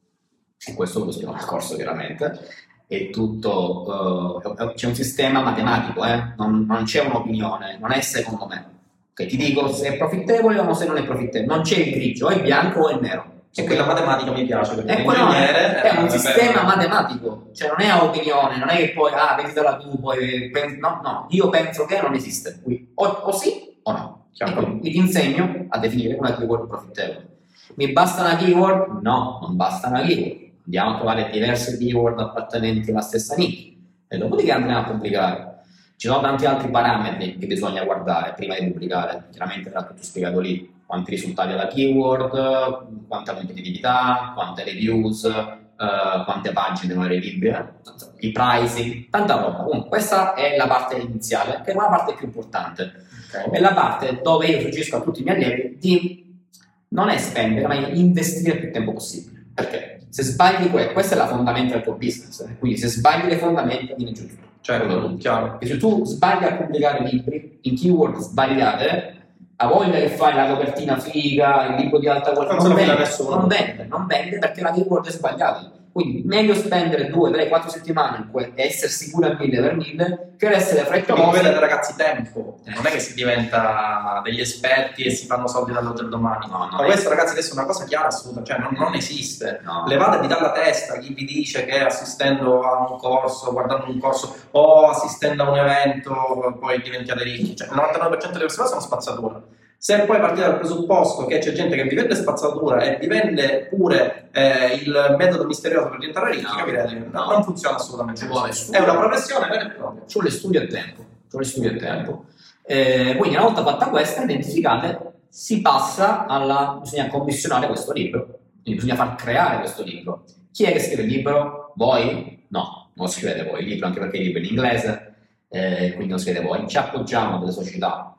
Speaker 2: E questo lo spiego nel corso, chiaramente. È tutto, c'è un sistema matematico, non c'è un'opinione, non è secondo me. Che ti dico se è profittevole o se non è profittevole. Non c'è il grigio, o è bianco o è nero.
Speaker 1: E quella matematica mi piace perché
Speaker 2: è un sistema matematico, cioè non è a opinione, non è che poi veditela tu, poi no, io penso che non esiste qui, o sì o no. Ecco, ti insegno a definire una keyword profittevole. Mi basta una keyword? No, non basta una keyword. Andiamo a trovare diverse keyword appartenenti alla stessa nicchia e dopodiché andremo a pubblicare. Ci sono tanti altri parametri che bisogna guardare prima di pubblicare, chiaramente verrà tutto spiegato lì. Quanti risultati alla keyword, quanta competitività, quante reviews, quante pagine devono avere i libri, i pricing, tanta roba. Comunque, questa è la parte iniziale, che è la parte più importante. Okay. È la parte dove io suggerisco a tutti i miei allievi di non è spendere, ma investire il più tempo possibile. Perché? Se sbagli questa è la fondamenta del tuo business, quindi se sbagli le fondamenta viene giù tutto.
Speaker 1: Certo, chiaro.
Speaker 2: E se tu sbagli a pubblicare libri in keyword sbagliate, a voglia che fai la copertina figa, il libro di alta qualità, non vende perché la keyword è sbagliata. Quindi meglio spendere 2, 3, 4 settimane e essere sicuri a 1000 per 1000 che essere frettolosi.
Speaker 1: Come vedete ragazzi, tempo, non è che si diventa degli esperti e si fanno soldi dall'oggi al domani. Ma questo ragazzi adesso è una cosa chiara assoluta, cioè non esiste. No. Levatevi dalla testa chi vi dice che assistendo a un corso, guardando un corso o assistendo a un evento poi diventate ricchi. Cioè il 99% delle persone sono spazzatura. Se poi partite dal presupposto che c'è gente che vi vende spazzatura e vi vende pure il metodo misterioso per diventare ricchi, capirete? Non funziona assolutamente. È una professione vera e propria.
Speaker 2: Ci vuole studio e tempo. Quindi una volta fatta questa, identificate, si passa bisogna commissionare questo libro, quindi bisogna far creare questo libro. Chi è che scrive il libro? Voi? No, non lo scrivete voi il libro, anche perché il libro è in inglese, quindi non lo scrivete voi. Ci appoggiamo a delle società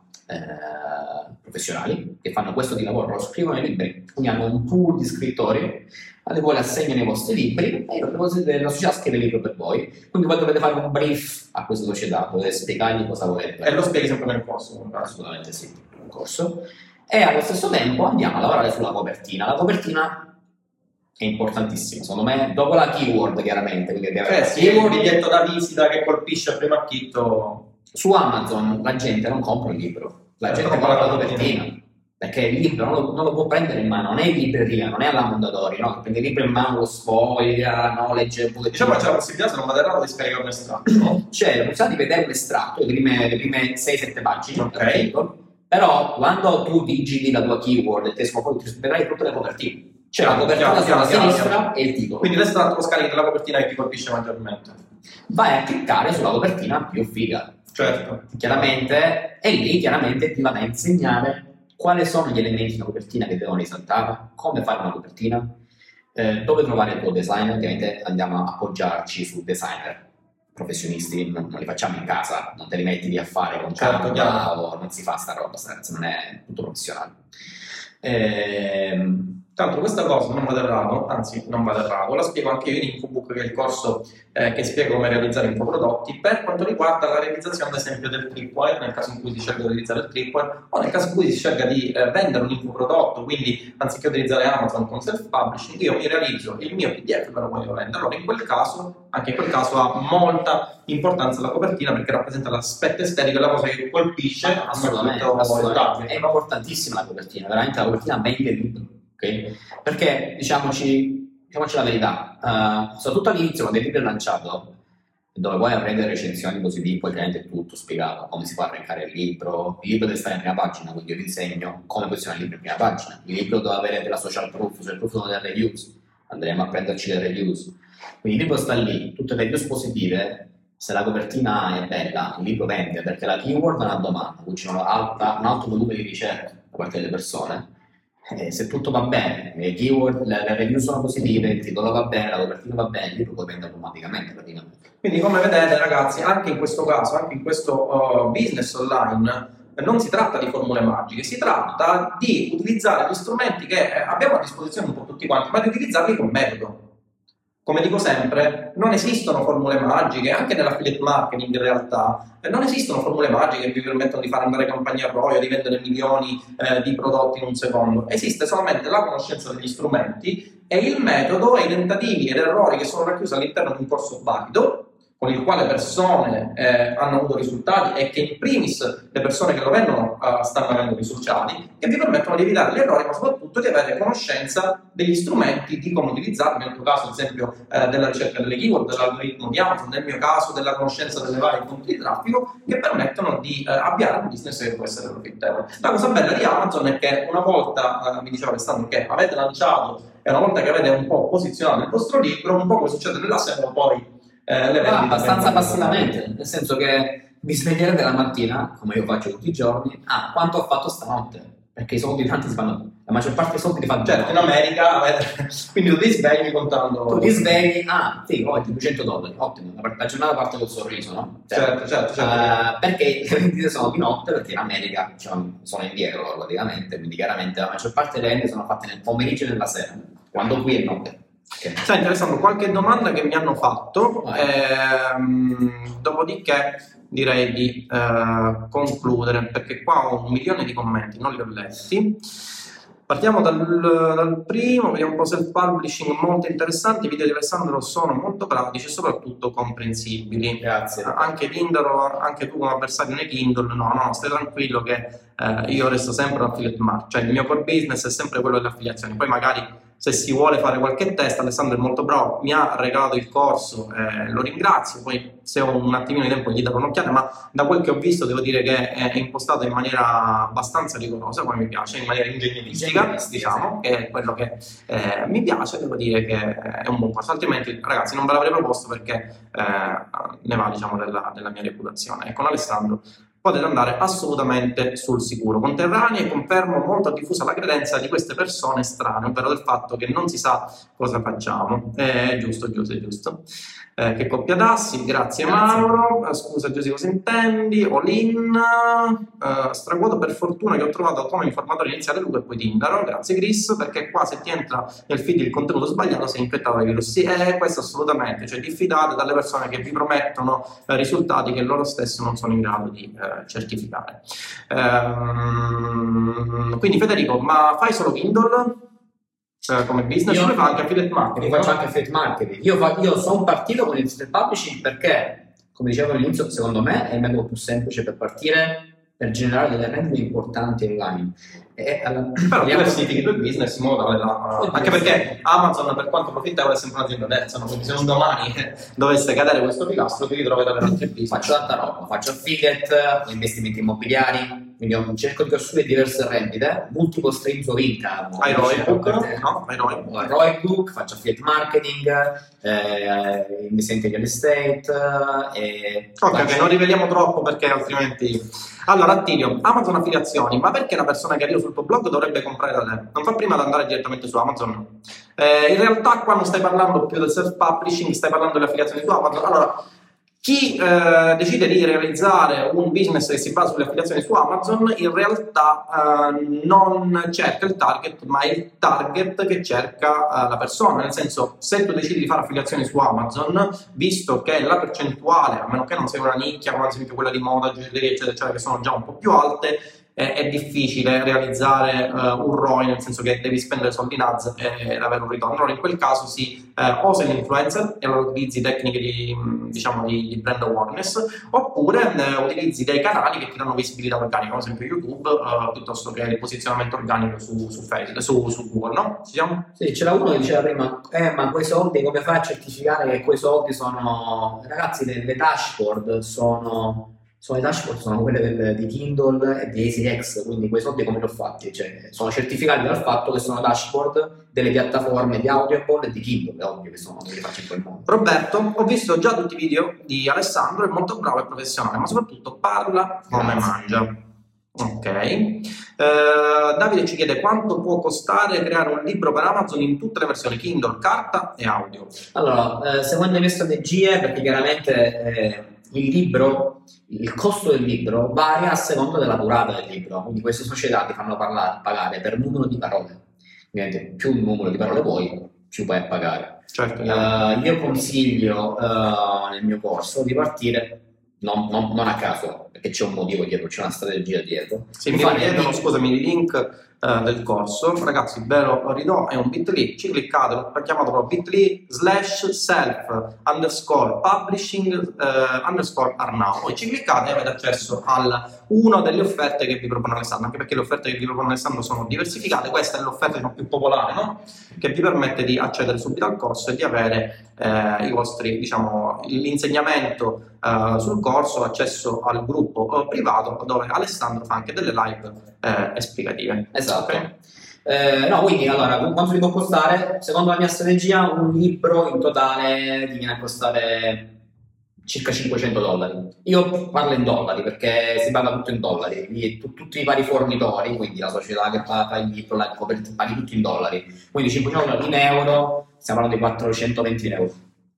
Speaker 2: professionali che fanno questo di lavoro, lo scrivono i libri, quindi hanno un pool di scrittori alle quali assegnano i vostri libri e la società scrive il libro per voi, quindi voi dovete fare un brief a questa società, dovete spiegargli cosa volete.
Speaker 1: E lo spieghi sempre nel corso?
Speaker 2: Assolutamente sì, nel corso. E allo stesso tempo andiamo a lavorare sulla copertina. La copertina è importantissima, secondo me, dopo la keyword chiaramente, quindi
Speaker 1: il biglietto da visita che colpisce il primo acchitto.
Speaker 2: Su Amazon la gente non compra il libro, la gente compra la copertina, perché il libro non lo può prendere in mano, non è in libreria, non è alla Mondadori, no? Prende il libro in mano, lo sfoglia, no? Legge.
Speaker 1: Diciamo che c'è la possibilità, se non vado errato, di scaricare un estratto, no?
Speaker 2: C'è la possibilità di vedere un estratto, le prime 6-7 pagine,
Speaker 1: okay.
Speaker 2: Però quando tu digiti la tua keyword e te vedrai tutte le copertine. C'è la copertina sulla sinistra e il titolo.
Speaker 1: Quindi l'estratto lo scarichi della copertina che ti colpisce maggiormente.
Speaker 2: Vai a cliccare sulla copertina più figa.
Speaker 1: Certo.
Speaker 2: Chiaramente, e lì chiaramente ti va a insegnare quali sono gli elementi di una copertina che devono risaltare, come fare una copertina, dove trovare il tuo designer. Ovviamente andiamo a appoggiarci su designer professionisti, non li facciamo in casa, non te li metti lì a fare con Canva o non si fa sta roba, non è tutto professionale.
Speaker 1: Tra l'altro questa cosa non vado errato, anzi non vado errato, la spiego anche io in Infobook, che è il corso che spiega come realizzare infoprodotti per quanto riguarda la realizzazione ad esempio del tripwire, nel caso in cui si scelga di utilizzare il tripwire o nel caso in cui si scelga di vendere un infoprodotto, quindi anziché utilizzare Amazon con self-publishing, io mi realizzo il mio PDF e me lo voglio vendere. Allora in quel caso, anche in quel caso ha molta importanza la copertina perché rappresenta l'aspetto estetico e la cosa che colpisce
Speaker 2: assolutamente. È importantissima la copertina, veramente la copertina vende il libro. Okay? Perché diciamoci la verità, soprattutto all'inizio quando il libro è lanciato, dove poi avrete recensioni positive, poi chiaramente è tutto spiegato, come si può arrancare il libro deve stare in prima pagina, quindi io vi insegno come posizionare il libro in prima pagina, il libro dove avere la social proof, social proof sono delle reviews, andremo a prenderci le reviews, quindi il libro sta lì, tutte le reviews positive. Se la copertina è bella, il libro vende, perché la keyword è una domanda, quindi c'è un alto volume di ricerca da parte delle persone. Se tutto va bene, le keyword, le review sono positive, il titolo va bene, la copertina va bene, il libro poi vende automaticamente praticamente.
Speaker 1: Quindi come vedete ragazzi, anche in questo caso, anche in questo business online, non si tratta di formule magiche, si tratta di utilizzare gli strumenti che abbiamo a disposizione un po' tutti quanti, ma di utilizzarli con metodo. Come dico sempre, non esistono formule magiche, anche nell'affiliate marketing in realtà, non esistono formule magiche che vi permettono di fare andare campagne a ROI o di vendere milioni di prodotti in un secondo. Esiste solamente la conoscenza degli strumenti e il metodo e i tentativi ed errori che sono racchiusi all'interno di un corso valido, con il quale persone hanno avuto risultati e che in primis le persone che lo vendono stanno avendo risultati, che vi permettono di evitare gli errori, ma soprattutto di avere conoscenza degli strumenti, di come utilizzarli, nel tuo caso ad esempio della ricerca delle keyword, dell'algoritmo di Amazon, nel mio caso della conoscenza delle varie fonti di traffico, che permettono di avviare un business che può essere profittevole. La cosa bella di Amazon è che una volta, mi diceva Alessandro, che avete lanciato e una volta che avete un po' posizionato il vostro libro, un po' come succede nella SEO, poi le vendite
Speaker 2: abbastanza passivamente, nel senso che mi sveglierete la mattina, come io faccio tutti i giorni, quanto ho fatto stanotte, perché i soldi tanti si fanno, la maggior parte dei soldi li fanno.
Speaker 1: Certo, in America, quindi tu ti svegli contando.
Speaker 2: Tu ti svegli, sì, oggi $200, ottimo, la giornata parte col sorriso, no?
Speaker 1: Certo.
Speaker 2: Perché le vendite sono di notte, perché in America sono indietro loro praticamente, quindi chiaramente la maggior parte delle vendite sono fatte nel pomeriggio e nella sera, quando qui è notte.
Speaker 1: Okay. Senti Alessandro, qualche domanda che mi hanno fatto, dopodiché direi di concludere, perché qua ho 1 milione di commenti, non li ho letti. Partiamo dal primo, vediamo un po' self-publishing, molto interessanti, i video di Alessandro sono molto pratici e soprattutto comprensibili.
Speaker 2: Grazie.
Speaker 1: Anche tu come avversario nei Kindle, no, stai tranquillo che io resto sempre un affiliate marketing, cioè il mio core business è sempre quello delle affiliazioni, poi magari se si vuole fare qualche test, Alessandro è molto bravo, mi ha regalato il corso, lo ringrazio, poi se ho un attimino di tempo gli darò un'occhiata, ma da quel che ho visto devo dire che è impostato in maniera abbastanza rigorosa, come mi piace, in maniera ingegneristica, diciamo, che è quello che mi piace, devo dire che è un buon corso, altrimenti ragazzi non ve l'avrei proposto perché ne va, diciamo, della mia reputazione. E con Alessandro potete andare assolutamente sul sicuro. Conterranei e confermo molto diffusa la credenza di queste persone strane, ovvero del fatto che non si sa cosa facciamo. È giusto. Che coppia d'assi, grazie Mauro. Scusa Giusy, cosa intendi? Olin, stravuoto per fortuna che ho trovato come informatore iniziale Luca e poi Tindaro, grazie Chris, perché qua se ti entra nel feed il contenuto sbagliato sei infettato dai virus. Sì, questo assolutamente, cioè diffidate dalle persone che vi promettono risultati che loro stessi non sono in grado di certificare. Quindi Federico, ma fai solo Kindle come business? Io fai anche affiliate marketing?
Speaker 2: Faccio anche affiliate marketing. Io sono partito con il self-publishing perché, come dicevo all'inizio, secondo me è il metodo più semplice per partire, per generare delle rendite importanti online.
Speaker 1: Però diversifichi il tuo business in modo anche perché Amazon, per quanto profittevole, è sempre un'azienda terza, no? Quindi se un domani dovesse cadere questo pilastro ti ritrovi ad avere altri business.
Speaker 2: Faccio tanta roba, faccio affiliate, investimenti immobiliari, quindi cerco di costruire diverse rendite, multiple streams of income.
Speaker 1: Hai
Speaker 2: ROI-book, faccio affiliate marketing, investimenti in real estate.
Speaker 1: Ok, non riveliamo troppo perché altrimenti... Allora, Attilio, Amazon affiliazioni, ma perché la persona che arriva sul tuo blog dovrebbe comprare da te? Non fa prima ad andare direttamente su Amazon? In realtà qua non stai parlando più del self-publishing, stai parlando delle affiliazioni su Amazon. Allora, chi decide di realizzare un business che si basa sulle affiliazioni su Amazon in realtà non cerca il target, ma è il target che cerca la persona. Nel senso, se tu decidi di fare affiliazioni su Amazon, visto che la percentuale, a meno che non sia una nicchia come ad esempio quella di moda, gioielleria eccetera, che sono già un po' più alte, è difficile realizzare un ROI, nel senso che devi spendere soldi in ads ed avere un ritorno. Allora in quel caso o sei un influencer e allora utilizzi tecniche di brand awareness, oppure utilizzi dei canali che ti danno visibilità organica, come ad esempio YouTube, piuttosto che il posizionamento organico su Facebook, su Google, no? Ci siamo?
Speaker 2: Sì, c'era uno che diceva prima, ma quei soldi come fai a certificare che quei soldi sono... Ragazzi, le dashboard sono quelle di Kindle e di ACX, quindi quei soldi come li ho fatti? Cioè, sono certificati dal fatto che sono dashboard delle piattaforme di Audible e di Kindle, è ovvio che li faccio in quel modo.
Speaker 1: Roberto, ho visto già tutti i video di Alessandro, è molto bravo e professionale, ma soprattutto parla come mangia. Ok. Davide ci chiede quanto può costare creare un libro per Amazon in tutte le versioni Kindle, carta e audio.
Speaker 2: Allora, seguendo le mie strategie, perché chiaramente il costo del libro varia a seconda della durata del libro, quindi queste società ti fanno pagare per numero di parole. Ovviamente più numero di parole vuoi, più vai a pagare.
Speaker 1: Certo.
Speaker 2: Io consiglio nel mio corso di partire non a caso, perché c'è un motivo dietro, c'è una strategia dietro.
Speaker 1: Sì, mi chiedono, scusami, il link del corso. Ragazzi, ve lo ridò, è un bit.ly, ci cliccate, l'ho chiamato proprio bit.ly/self_publishing_Arnau, poi ci cliccate e avete accesso a una delle offerte che vi propone Alessandro, anche perché le offerte che vi propone Alessandro sono diversificate. Questa è l'offerta più popolare, no? Che vi permette di accedere subito al corso e di avere i vostri, diciamo, l'insegnamento sul corso, accesso al gruppo privato dove Alessandro fa anche delle live esplicative.
Speaker 2: Esatto.
Speaker 1: Okay?
Speaker 2: No, quindi allora, quanto vi può costare? Secondo la mia strategia, un libro in totale ti viene a costare circa $500. Io parlo in dollari perché si paga tutto in dollari, tutti i vari fornitori, quindi la società che fa il libro, paghi tutto in dollari, quindi $500 in euro, stiamo parlando di 420 euro.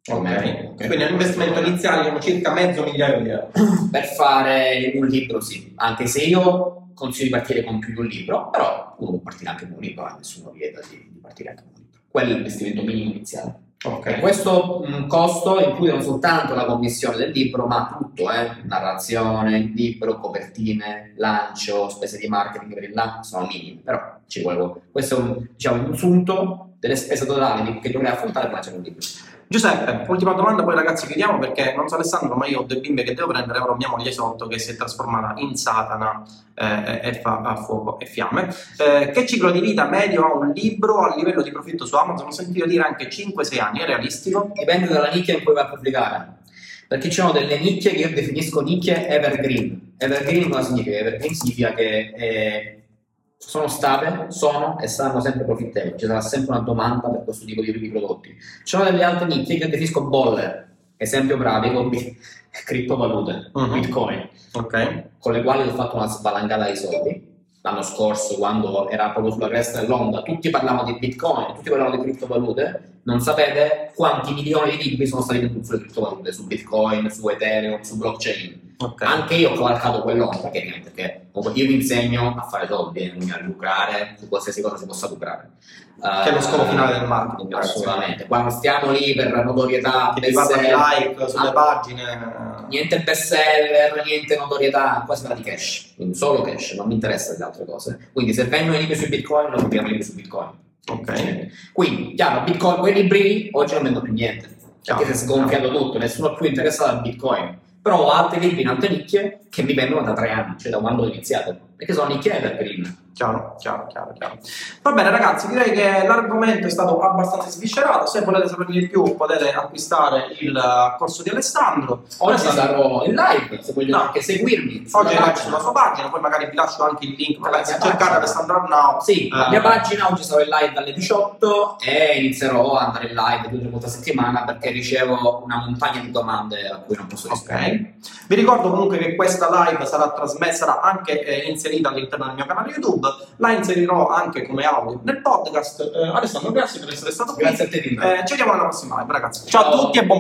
Speaker 1: Okay. Quindi l'investimento iniziale è circa $500.000 di euro.
Speaker 2: Per fare un libro, sì, anche se io consiglio di partire con più di un libro, però uno può partire anche con un libro, nessuno vieta di partire anche con un libro. Quello è l'investimento minimo iniziale.
Speaker 1: Okay.
Speaker 2: Questo costo include non soltanto la commissione del libro, ma tutto, narrazione, libro, copertine, lancio, spese di marketing per il lancio, sono minime, però ci vuole. Questo è un sunto delle spese totali che dovrei affrontare per lanciare un libro.
Speaker 1: Giuseppe, ultima domanda, poi ragazzi chiudiamo perché non so Alessandro, ma io ho due bimbe che devo prendere, ora mia moglie sotto che si è trasformata in Satana e fa fuoco e fiamme. Che ciclo di vita medio ha un libro a livello di profitto su Amazon? Ho sentito dire anche 5-6 anni, è realistico?
Speaker 2: Dipende dalla nicchia in cui vai a pubblicare, perché ci sono delle nicchie che io definisco nicchie evergreen. Evergreen cosa significa? Evergreen significa che sono state, sono e saranno sempre profittevoli, ci sarà sempre una domanda per questo tipo di prodotti. Ci sono delle altre nicchie che definisco bolle, esempio pratico, criptovalute, Bitcoin, con le quali ho fatto una spalancata di soldi. L'anno scorso, quando era proprio sulla cresta dell'onda, tutti parlavano di Bitcoin, tutti parlavano di criptovalute, non sapete quanti milioni di libri sono stati venduti sulle criptovalute, su Bitcoin, su Ethereum, su blockchain. Anche io ho cavalcato quell'onda, perché io vi insegno a fare soldi, quindi a lucrare su qualsiasi cosa si possa lucrare.
Speaker 1: Che è lo scopo finale del marketing.
Speaker 2: Assolutamente. Quando stiamo lì per notorietà,
Speaker 1: che ti fanno like sulle pagine,
Speaker 2: niente bestseller, niente notorietà, qua si parla di cash, quindi solo cash, non mi interessa le altre cose. Quindi se vengono i libri su Bitcoin, non compriamo libri su Bitcoin. Quindi, chiaro, Bitcoin, quei libri oggi non vendono più niente, perché si è sgonfiato tutto, nessuno è più interessato al Bitcoin. Però ho altri libri in altre nicchie che mi vendono da 3 anni, cioè da quando ho iniziato, perché sono nicchie evergreen.
Speaker 1: Chiaro. Va bene ragazzi, direi che l'argomento è stato abbastanza sviscerato. Se volete sapere di più potete acquistare il corso di Alessandro.
Speaker 2: Oggi sarò in live, se vogliono anche seguirmi.
Speaker 1: Oggi è sulla sua pagina, poi magari vi lascio anche il link, magari se cercate Alessandro Arnau.
Speaker 2: Sì, la mia pagina, oggi sarò in live dalle 18 e inizierò a andare in live 2 o 3 volte a settimana perché ricevo una montagna di domande a cui non posso rispondere.
Speaker 1: Vi ricordo comunque che questa live sarà trasmessa, sarà anche inserita all'interno del mio canale YouTube. La inserirò anche come audio nel podcast. Alessandro, grazie per essere stato qui.
Speaker 2: Grazie a te,
Speaker 1: ci vediamo alla prossima live, ragazzi. Ciao a tutti e buon